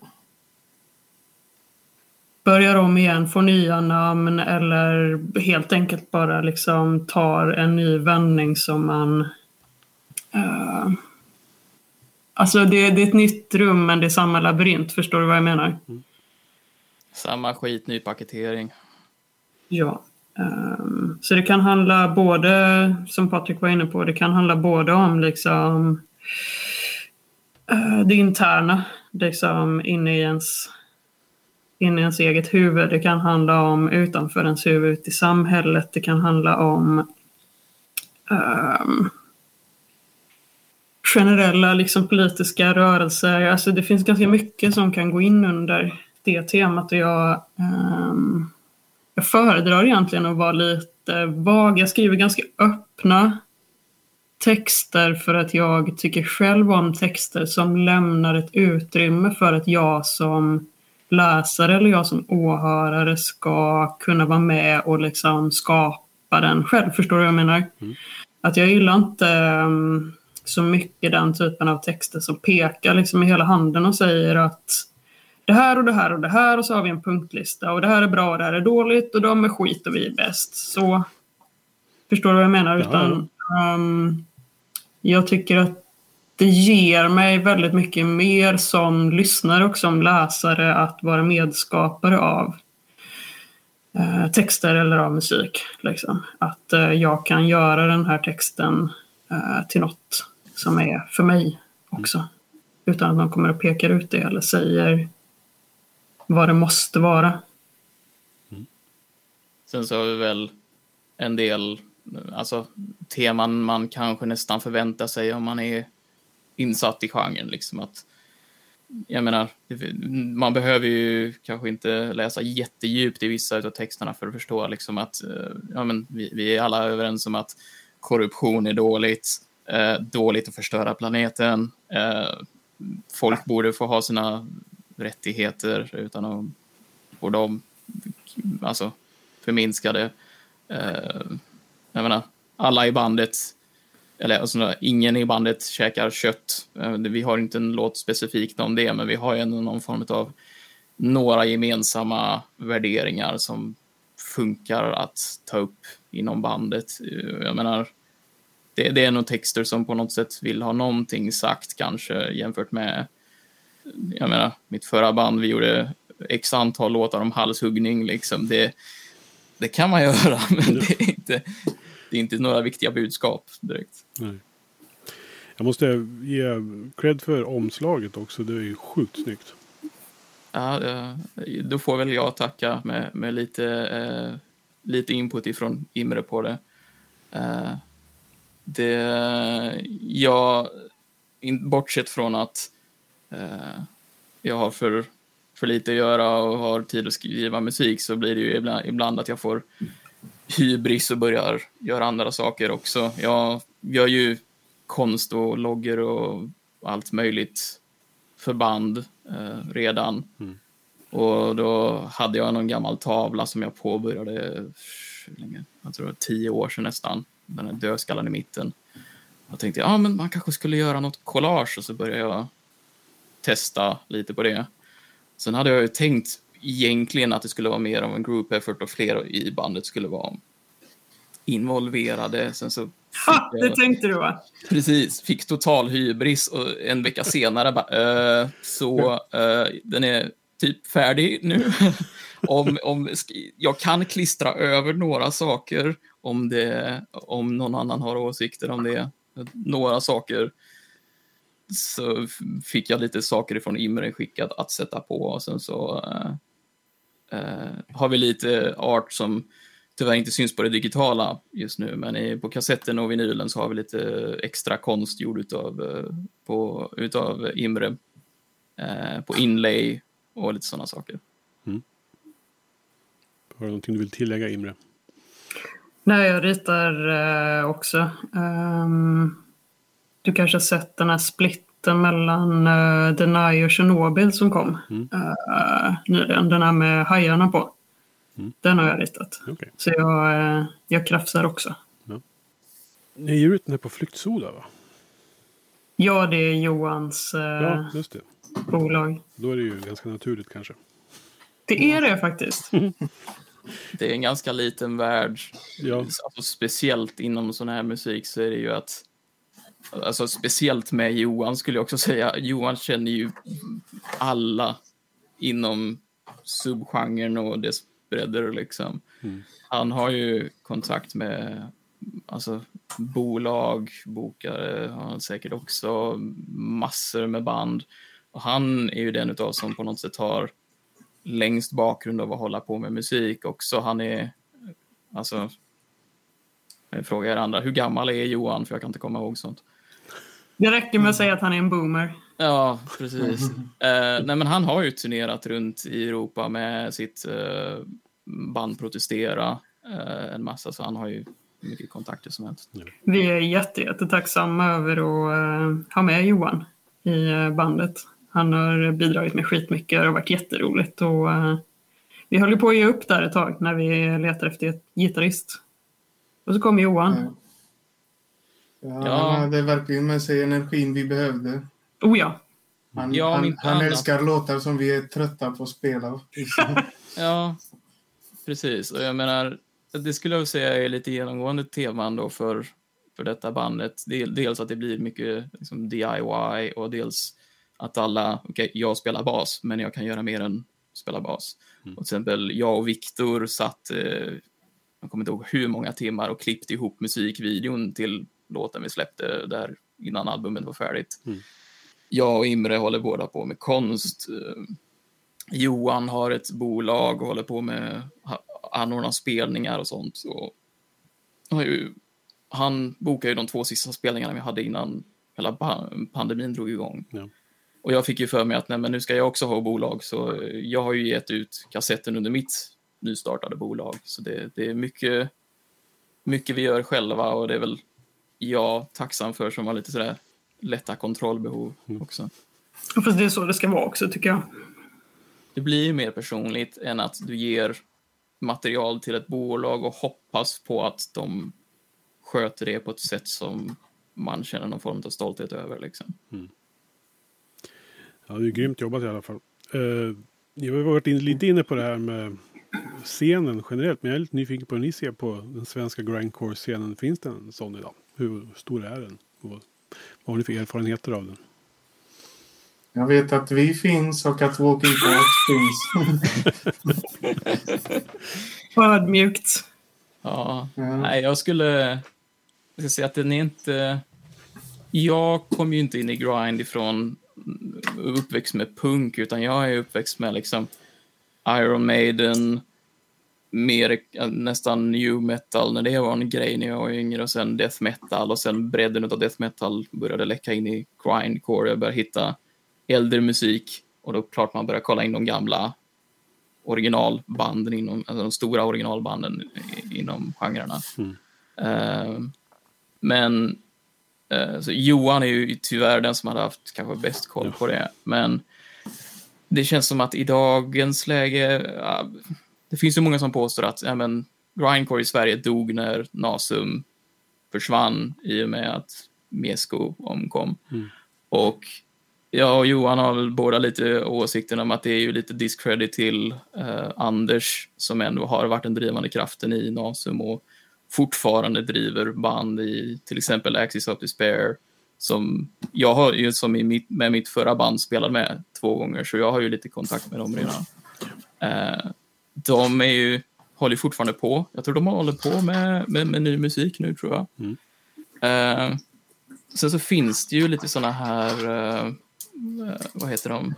börjar om igen, får nya namn eller helt enkelt bara liksom tar en ny vändning som man... Uh, alltså det, det är ett nytt rum, men det är samma labyrint. Förstår du vad jag menar? Mm. Samma skit, ny paketering. Ja. Um, så det kan handla både, som Patrik var inne på, det kan handla både om liksom uh, det interna, liksom inne i ens... in i ens eget huvud. Det kan handla om utanför ens huvud, ut i samhället. Det kan handla om um, generella liksom, politiska rörelser. Alltså, det finns ganska mycket som kan gå in under det temat. Och jag, um, jag föredrar egentligen att vara lite vag. Jag skriver ganska öppna texter för att jag tycker själv om texter som lämnar ett utrymme för att jag som läsare eller jag som åhörare ska kunna vara med och liksom skapa den själv. Förstår du vad jag menar? Mm. Att jag gillar inte um, så mycket den typen av texter som pekar liksom i hela handen och säger att det här och det här och det här, och så har vi en punktlista och det här är bra och det här är dåligt och de är skit och vi är bäst. Så förstår du vad jag menar? Ja. Utan um, jag tycker att det ger mig väldigt mycket mer som lyssnare och som läsare att vara medskapare av eh, texter eller av musik. Liksom. Att eh, jag kan göra den här texten eh, till något som är för mig också. Mm. Utan att någon kommer och pekar ut det eller säger vad det måste vara. Mm. Sen så har vi väl en del alltså, teman man kanske nästan förväntar sig om man är insatt i genren, liksom att jag menar, man behöver ju kanske inte läsa jättedjupt i vissa av texterna för att förstå liksom att ja, men vi, vi är alla överens om att korruption är dåligt, eh, dåligt att förstöra planeten, eh, folk borde få ha sina rättigheter utan att få dem, alltså förminskade. Eh, jag menar, alla i bandet, eller alltså, ingen i bandet käkar kött. Eh, vi har inte en låt specifikt om det, men vi har ju ändå någon form av några gemensamma värderingar som funkar att ta upp inom bandet. Jag menar, det, det är nog texter som på något sätt vill ha någonting sagt kanske jämfört med, jag menar, mitt förra band, vi gjorde x antal låtar om halshuggning liksom. Det, det kan man göra, men det är inte, det är inte några viktiga budskap direkt. Nej. Jag måste ge cred för omslaget också, det är ju sjukt snyggt. Ja, då får väl jag tacka med, med lite, eh, lite input ifrån Imre på det. Eh, det jag, in, bortsett från att eh, jag har för, för lite att göra och har tid att skriva musik, så blir det ju ibland, ibland att jag får hybris och börjar göra andra saker också. Jag gör ju konst och logger och allt möjligt förband eh, redan. Mm. Och då hade jag någon gammal tavla som jag påbörjade länge, jag tror tio år sedan nästan, den här dödskallen i mitten. Jag tänkte, ja men man kanske skulle göra något collage, och så började jag testa lite på det. Sen hade jag ju tänkt egentligen att det skulle vara mer av en group effort och fler i bandet skulle vara involverade. Sen så ha, det jag, tänkte du va? Precis, fick total hybris och en vecka senare bara, uh, så uh, den är typ färdig nu. om, om, jag kan klistra över några saker om, det, om någon annan har åsikter om det. Några saker. Så fick jag lite saker ifrån Imre skickat att sätta på. Och sen så uh, uh, har vi lite art som tyvärr inte syns på det digitala just nu, men i, på kassetten och vinylen så har vi lite extra konst gjord utav, uh, på, utav Imre uh, på inlay och lite sådana saker. Mm. Har du någonting du vill tillägga, Imre? Nej, jag ritar uh, också. Um... Du kanske har sett den här splitten mellan uh, Deny och Chernobyl som kom mm. uh, nyligen. Den här med hajarna på. Mm. Den har jag ritat. Okay. Så jag, uh, jag krafsar också. Ja. Ni ger ut den här på Flyktsoda, va? Ja, det är Johans uh, ja, just det. bolag. Då är det ju ganska naturligt kanske. Det är det faktiskt. Det är en ganska liten värld. Ja. Alltså, speciellt inom sån här musik så är det ju att alltså speciellt med Johan skulle jag också säga. Johan känner ju alla inom subgenren och dess bredder liksom. Mm. Han har ju kontakt med alltså bolag, bokare har han säkert också, massor med band. Och han är ju den utav som på något sätt har längst bakgrund av att hålla på med musik också. Han är alltså jag frågar er andra, hur gammal är Johan? För jag kan inte komma ihåg sånt. Det räcker med att säga att han är en boomer. Ja, precis. uh, nej, men han har ju turnerat runt i Europa med sitt uh, band Protestera uh, en massa, så han har ju mycket kontakter som helst. Vi är jätte, jättetacksamma över att uh, ha med Johan i uh, bandet. Han har bidragit med skitmycket och det har varit jätteroligt. Och, uh, vi höll på att ge upp där ett tag när vi letar efter ett gitarrist. Och så kom Johan. Ja. Ja, ja. Han hade verkligen med sig energin vi behövde. Oh ja. Han, ja, han, han älskar låtar som vi är trötta på att spela. Ja, precis. Och jag menar, det skulle jag säga är lite genomgående teman då för, för detta bandet. Dels att det blir mycket liksom, D I Y och dels att alla, okej, okay, jag spelar bas, men jag kan göra mer än spela bas. Mm. Och till exempel jag och Viktor satt, eh, jag kommer inte ihåg hur många timmar och klippte ihop musikvideon till låten vi släppte där innan albumet var färdigt. Mm. Jag och Imre håller båda på med konst. Johan har ett bolag och håller på med anordna spelningar och sånt. Så har ju, han bokade ju de två sista spelningarna vi hade innan hela pandemin drog igång. Ja. Och jag fick ju för mig att nej, men nu ska jag också ha bolag, så jag har ju gett ut kassetten under mitt nystartade bolag. Så det, det är mycket, mycket vi gör själva, och det är väl jag tacksam för som har lite sådär lätta kontrollbehov också. Ja, fast det är så det ska vara också, tycker jag. Det blir mer personligt än att du ger material till ett bolag och hoppas på att de sköter det på ett sätt som man känner någon form av stolthet över. Liksom. Mm. Ja, det är grymt jobbat i alla fall. Uh, jag har varit in, lite inne på det här med scenen generellt, men jag är lite nyfiken på hur ni ser på den svenska grindcore-scenen. Finns det en sån idag? Hur stor är den? Och vad har ni för erfarenheter av den? Jag vet att vi finns och att Walking Force finns. Ödmjukt. Ja, ja. Nej, jag skulle, jag ska säga att den är inte... Jag kom ju inte in i grind ifrån uppväxt med punk, utan jag är uppväxt med liksom Iron Maiden, mer nästan new metal när det var en grej när jag var yngre, och sen death metal, och sen bredden av death metal började läcka in i grindcore. Jag började hitta äldre musik, och då klart man började kolla in de gamla originalbanden inom, alltså de stora originalbanden inom genrerna. Mm. Uh, men uh, så Johan är ju tyvärr den som hade haft kanske bäst koll på det, men det känns som att i dagens läge, uh, det finns ju många som påstår att ja, men, grindcore i Sverige dog när Nasum försvann i och med att Mesko omkom. Mm. Och jag och Johan har väl båda lite åsikten om att det är ju lite discredit till uh, Anders, som ändå har varit den drivande kraften i Nasum och fortfarande driver band i till exempel Axis of Despair, som jag har ju som i mitt, med mitt förra band spelat med två gånger, så jag har ju lite kontakt med dem redan. Uh, de är ju, håller fortfarande på. Jag tror de håller på med, med, med ny musik nu, tror jag. Mm. Uh, sen så finns det ju lite såna här uh, uh, vad heter de?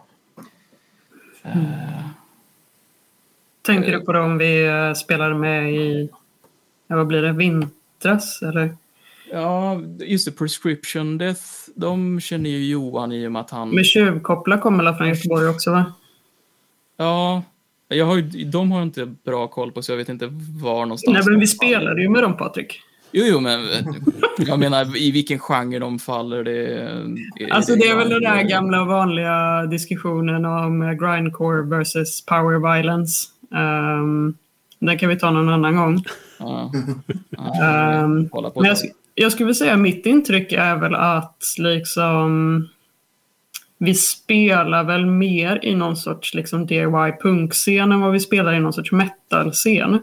Uh, Tänker du på dem vi uh, spelade med i, ja, vad blir det, vintras, eller? Ja, just det, Prescription Death, de känner ju Johan i och med att han... Med Tjuvkoppla kommer alla från Göteborg också, va? Ja, jag har ju, de har inte bra koll på, så jag vet inte var någonstans. Nej, men vi spelade ju med dem, Patrik. Jo, jo, men jag menar, i vilken genre de faller, det... Är, alltså, det är väl den där gamla vanliga diskussionen om grindcore versus power violence. Um, den kan vi ta någon annan gång. Ja. Ja, um, men jag, jag skulle säga, mitt intryck är väl att liksom... Vi spelar väl mer i någon sorts liksom D I Y-punkscen än vad vi spelar i någon sorts metal-scen.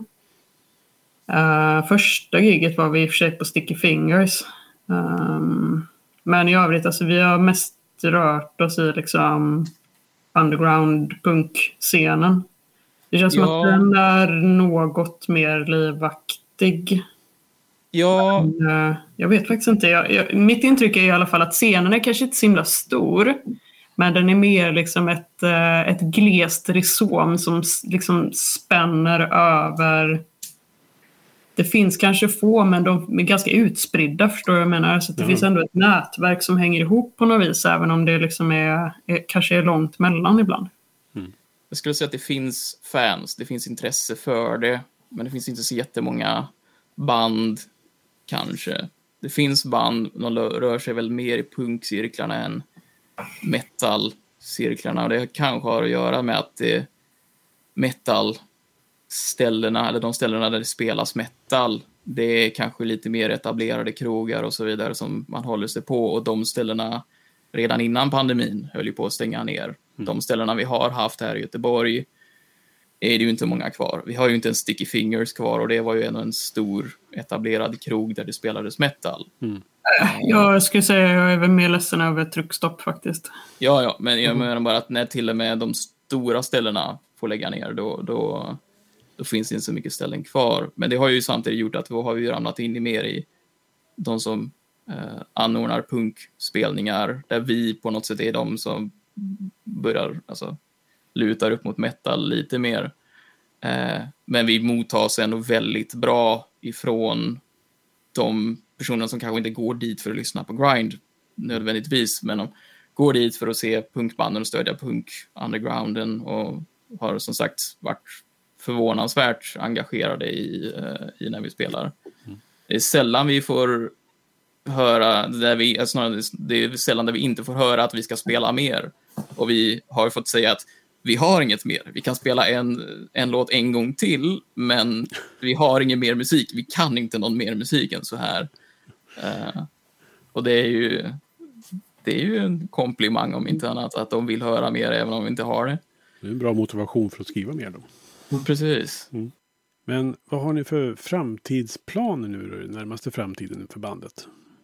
Uh, första giget var vi i och för sig på Sticky Fingers. Um, men i övrigt, alltså, vi har mest rört oss i liksom underground-punk-scenen. Det känns ja. som att den är något mer livaktig. Ja. Men, uh, jag vet faktiskt inte. Jag, jag, mitt intryck är i alla fall att scenen är kanske inte så himla stor. Men den är mer liksom ett, uh, ett glest rhizom som liksom spänner över... Det finns kanske få, men de är ganska utspridda, förstår jag menar. Så det mm. finns ändå ett nätverk som hänger ihop på något vis, även om det liksom är, är, kanske är långt mellan ibland. Mm. Jag skulle säga att det finns fans, det finns intresse för det, men det finns inte så jättemånga band, kanske. Det finns band, de rör sig väl mer i punkcirklarna än metalcirklarna, och det kanske har att göra med att det metal... ställena, eller de ställena där det spelas metal, det är kanske lite mer etablerade krogar och så vidare som man håller sig på, och de ställena redan innan pandemin höll ju på att stänga ner. Mm. De ställena vi har haft här i Göteborg är det ju inte många kvar. Vi har ju inte en Sticky Fingers kvar, och det var ju ändå en stor etablerad krog där det spelades metal. Mm. Jag skulle säga att jag är väl mer ledsen över ett truckstopp faktiskt. Ja, ja, men jag menar bara att när till och med de stora ställena får lägga ner, då, då då finns det inte så mycket ställen kvar. Men det har ju samtidigt gjort att vi har ju ramlat in i mer i de som eh, anordnar punkspelningar, där vi på något sätt är de som börjar, alltså, lutar upp mot metal lite mer. Eh, men vi mottas ändå väldigt bra ifrån de personer som kanske inte går dit för att lyssna på grind nödvändigtvis, men de går dit för att se punkbanden och stödja punk-undergrounden, och har som sagt varit förvånansvärt engagerade i, i när vi spelar. Mm. Det är sällan vi får höra, där vi, snarare, det är sällan där vi inte får höra att vi ska spela mer. Och vi har fått säga att vi har inget mer. Vi kan spela en, en låt en gång till, men vi har ingen mer musik. Vi kan inte någon mer musik än så här. Uh, och det är ju det är ju en komplimang om inte annat, att de vill höra mer även om vi inte har det. Det är en bra motivation för att skriva mer då. Mm. Precis. Mm. Men vad har ni för framtidsplaner nu då, närmaste framtiden för bandet?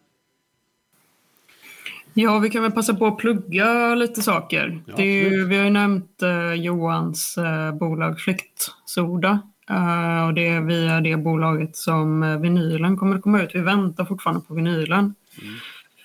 Ja, vi kan väl passa på att plugga lite saker. Ja, det är ju, vi har ju nämnt eh, Johans eh, bolag Flyktsoda. Eh, och det är via det bolaget som eh, vinylen kommer att komma ut. Vi väntar fortfarande på vinylen. Mm.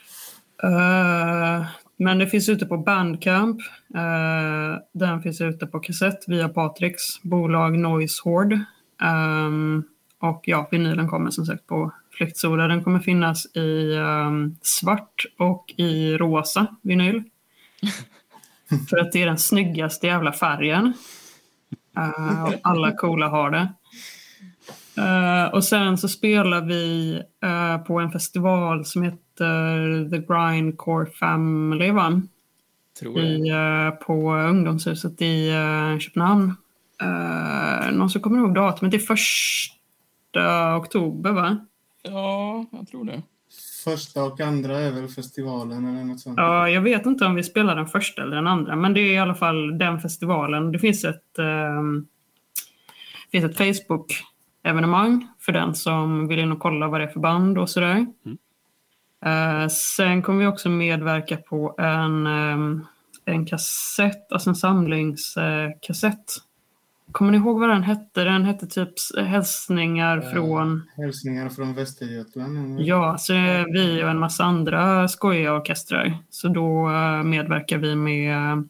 Eh, men det finns ute på Bandcamp. Eh, den finns ute på kassett via Patricks bolag Noise Horde. Eh, och ja, vinylen kommer som sagt på Flyktsoda. Den kommer finnas i um, svart och i rosa vinyl. För att det är den snyggaste jävla färgen. Uh, och alla coola har det. Uh, och sen så spelar vi uh, på en festival som heter The Grindcore Family, va? Tror det. I, uh, på ungdomshuset i uh, Köpenhamn. Uh, någon som kommer ihåg datumet. Det är första oktober, va? Ja, jag tror det. Första och andra är väl festivalen eller något sånt. Ja, jag vet inte om vi spelar den första eller den andra, men det är i alla fall den festivalen. Det finns ett, eh, finns ett Facebook-evenemang för den som vill in och kolla vad det är för band och sådär. Mm. Eh, sen kommer vi också medverka på en, eh, en kassett, alltså en samlingskassett. Kommer ni ihåg vad den hette? Den hette typ Hälsningar Ja, från... Hälsningar från Västergötland. Ja, så är vi och en massa andra skojiga orkestrar. Så då uh, medverkar vi med uh,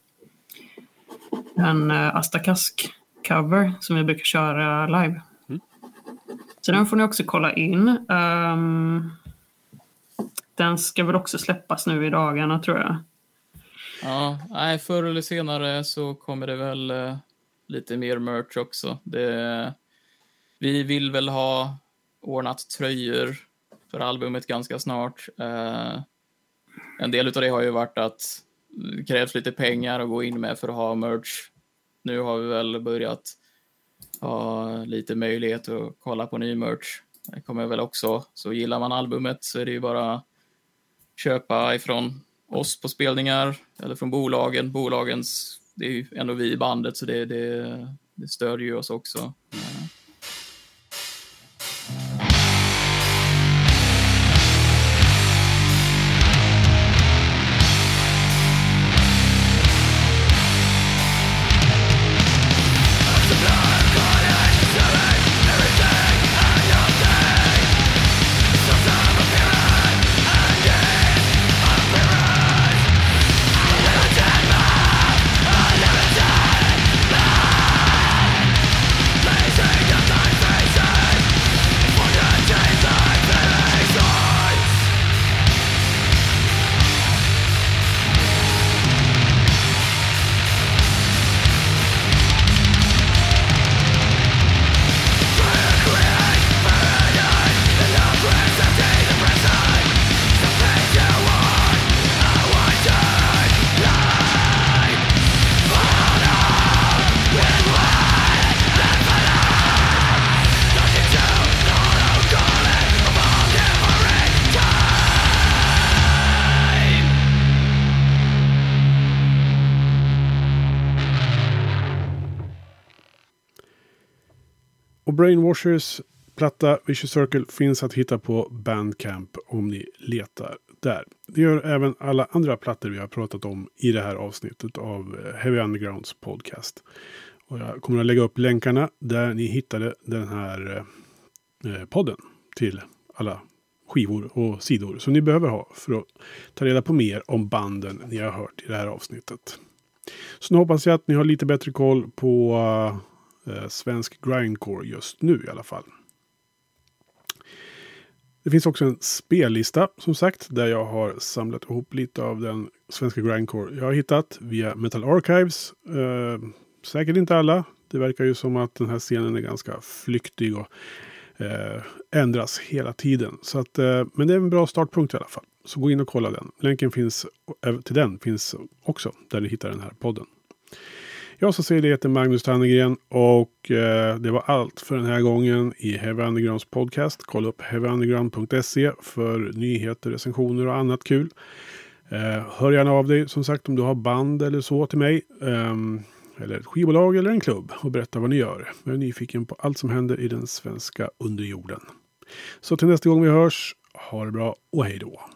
en uh, Asta Kask-cover som vi brukar köra live. Mm. Så den får ni också kolla in. Um, den ska väl också släppas nu i dagarna, tror jag. Ja, nej, förr eller senare så kommer det väl... Uh... lite mer merch också. Det, vi vill väl ha ordnat tröjor för albumet ganska snart. Eh, en del av det har ju varit att det krävs lite pengar att gå in med för att ha merch. Nu har vi väl börjat ha lite möjlighet att kolla på ny merch. Det kommer väl också, så gillar man albumet så är det ju bara köpa ifrån oss på spelningar eller från bolagen. Bolagens det är ju ändå vi i bandet, så det, det, det stödjer ju oss också. Och Brainwashers platta Vicious Circle finns att hitta på Bandcamp om ni letar där. Det gör även alla andra plattor vi har pratat om i det här avsnittet av Heavy Undergrounds podcast. Och jag kommer att lägga upp länkarna där ni hittade den här eh, podden till alla skivor och sidor som ni behöver ha för att ta reda på mer om banden ni har hört i det här avsnittet. Så nu hoppas jag att ni har lite bättre koll på eh, svensk grindcore just nu i alla fall. Det finns också en spellista som sagt där jag har samlat ihop lite av den svenska grindcore jag har hittat via Metal Archives. Eh, säkert inte alla. Det verkar ju som att den här scenen är ganska flyktig och eh, ändras hela tiden. Så att, eh, men det är en bra startpunkt i alla fall. Så gå in och kolla den. Länken finns, till den finns också där ni hittar den här podden. Jag så säger det heter Magnus Tannegren och eh, det var allt för den här gången i Heavy Undergrounds podcast. Kolla upp heavy underground punkt se för nyheter, recensioner och annat kul. Eh, hör gärna av dig som sagt om du har band eller så till mig. Eh, eller ett skivbolag eller en klubb och berätta vad ni gör. Jag är nyfiken på allt som händer i den svenska underjorden. Så till nästa gång vi hörs, ha det bra och hej då.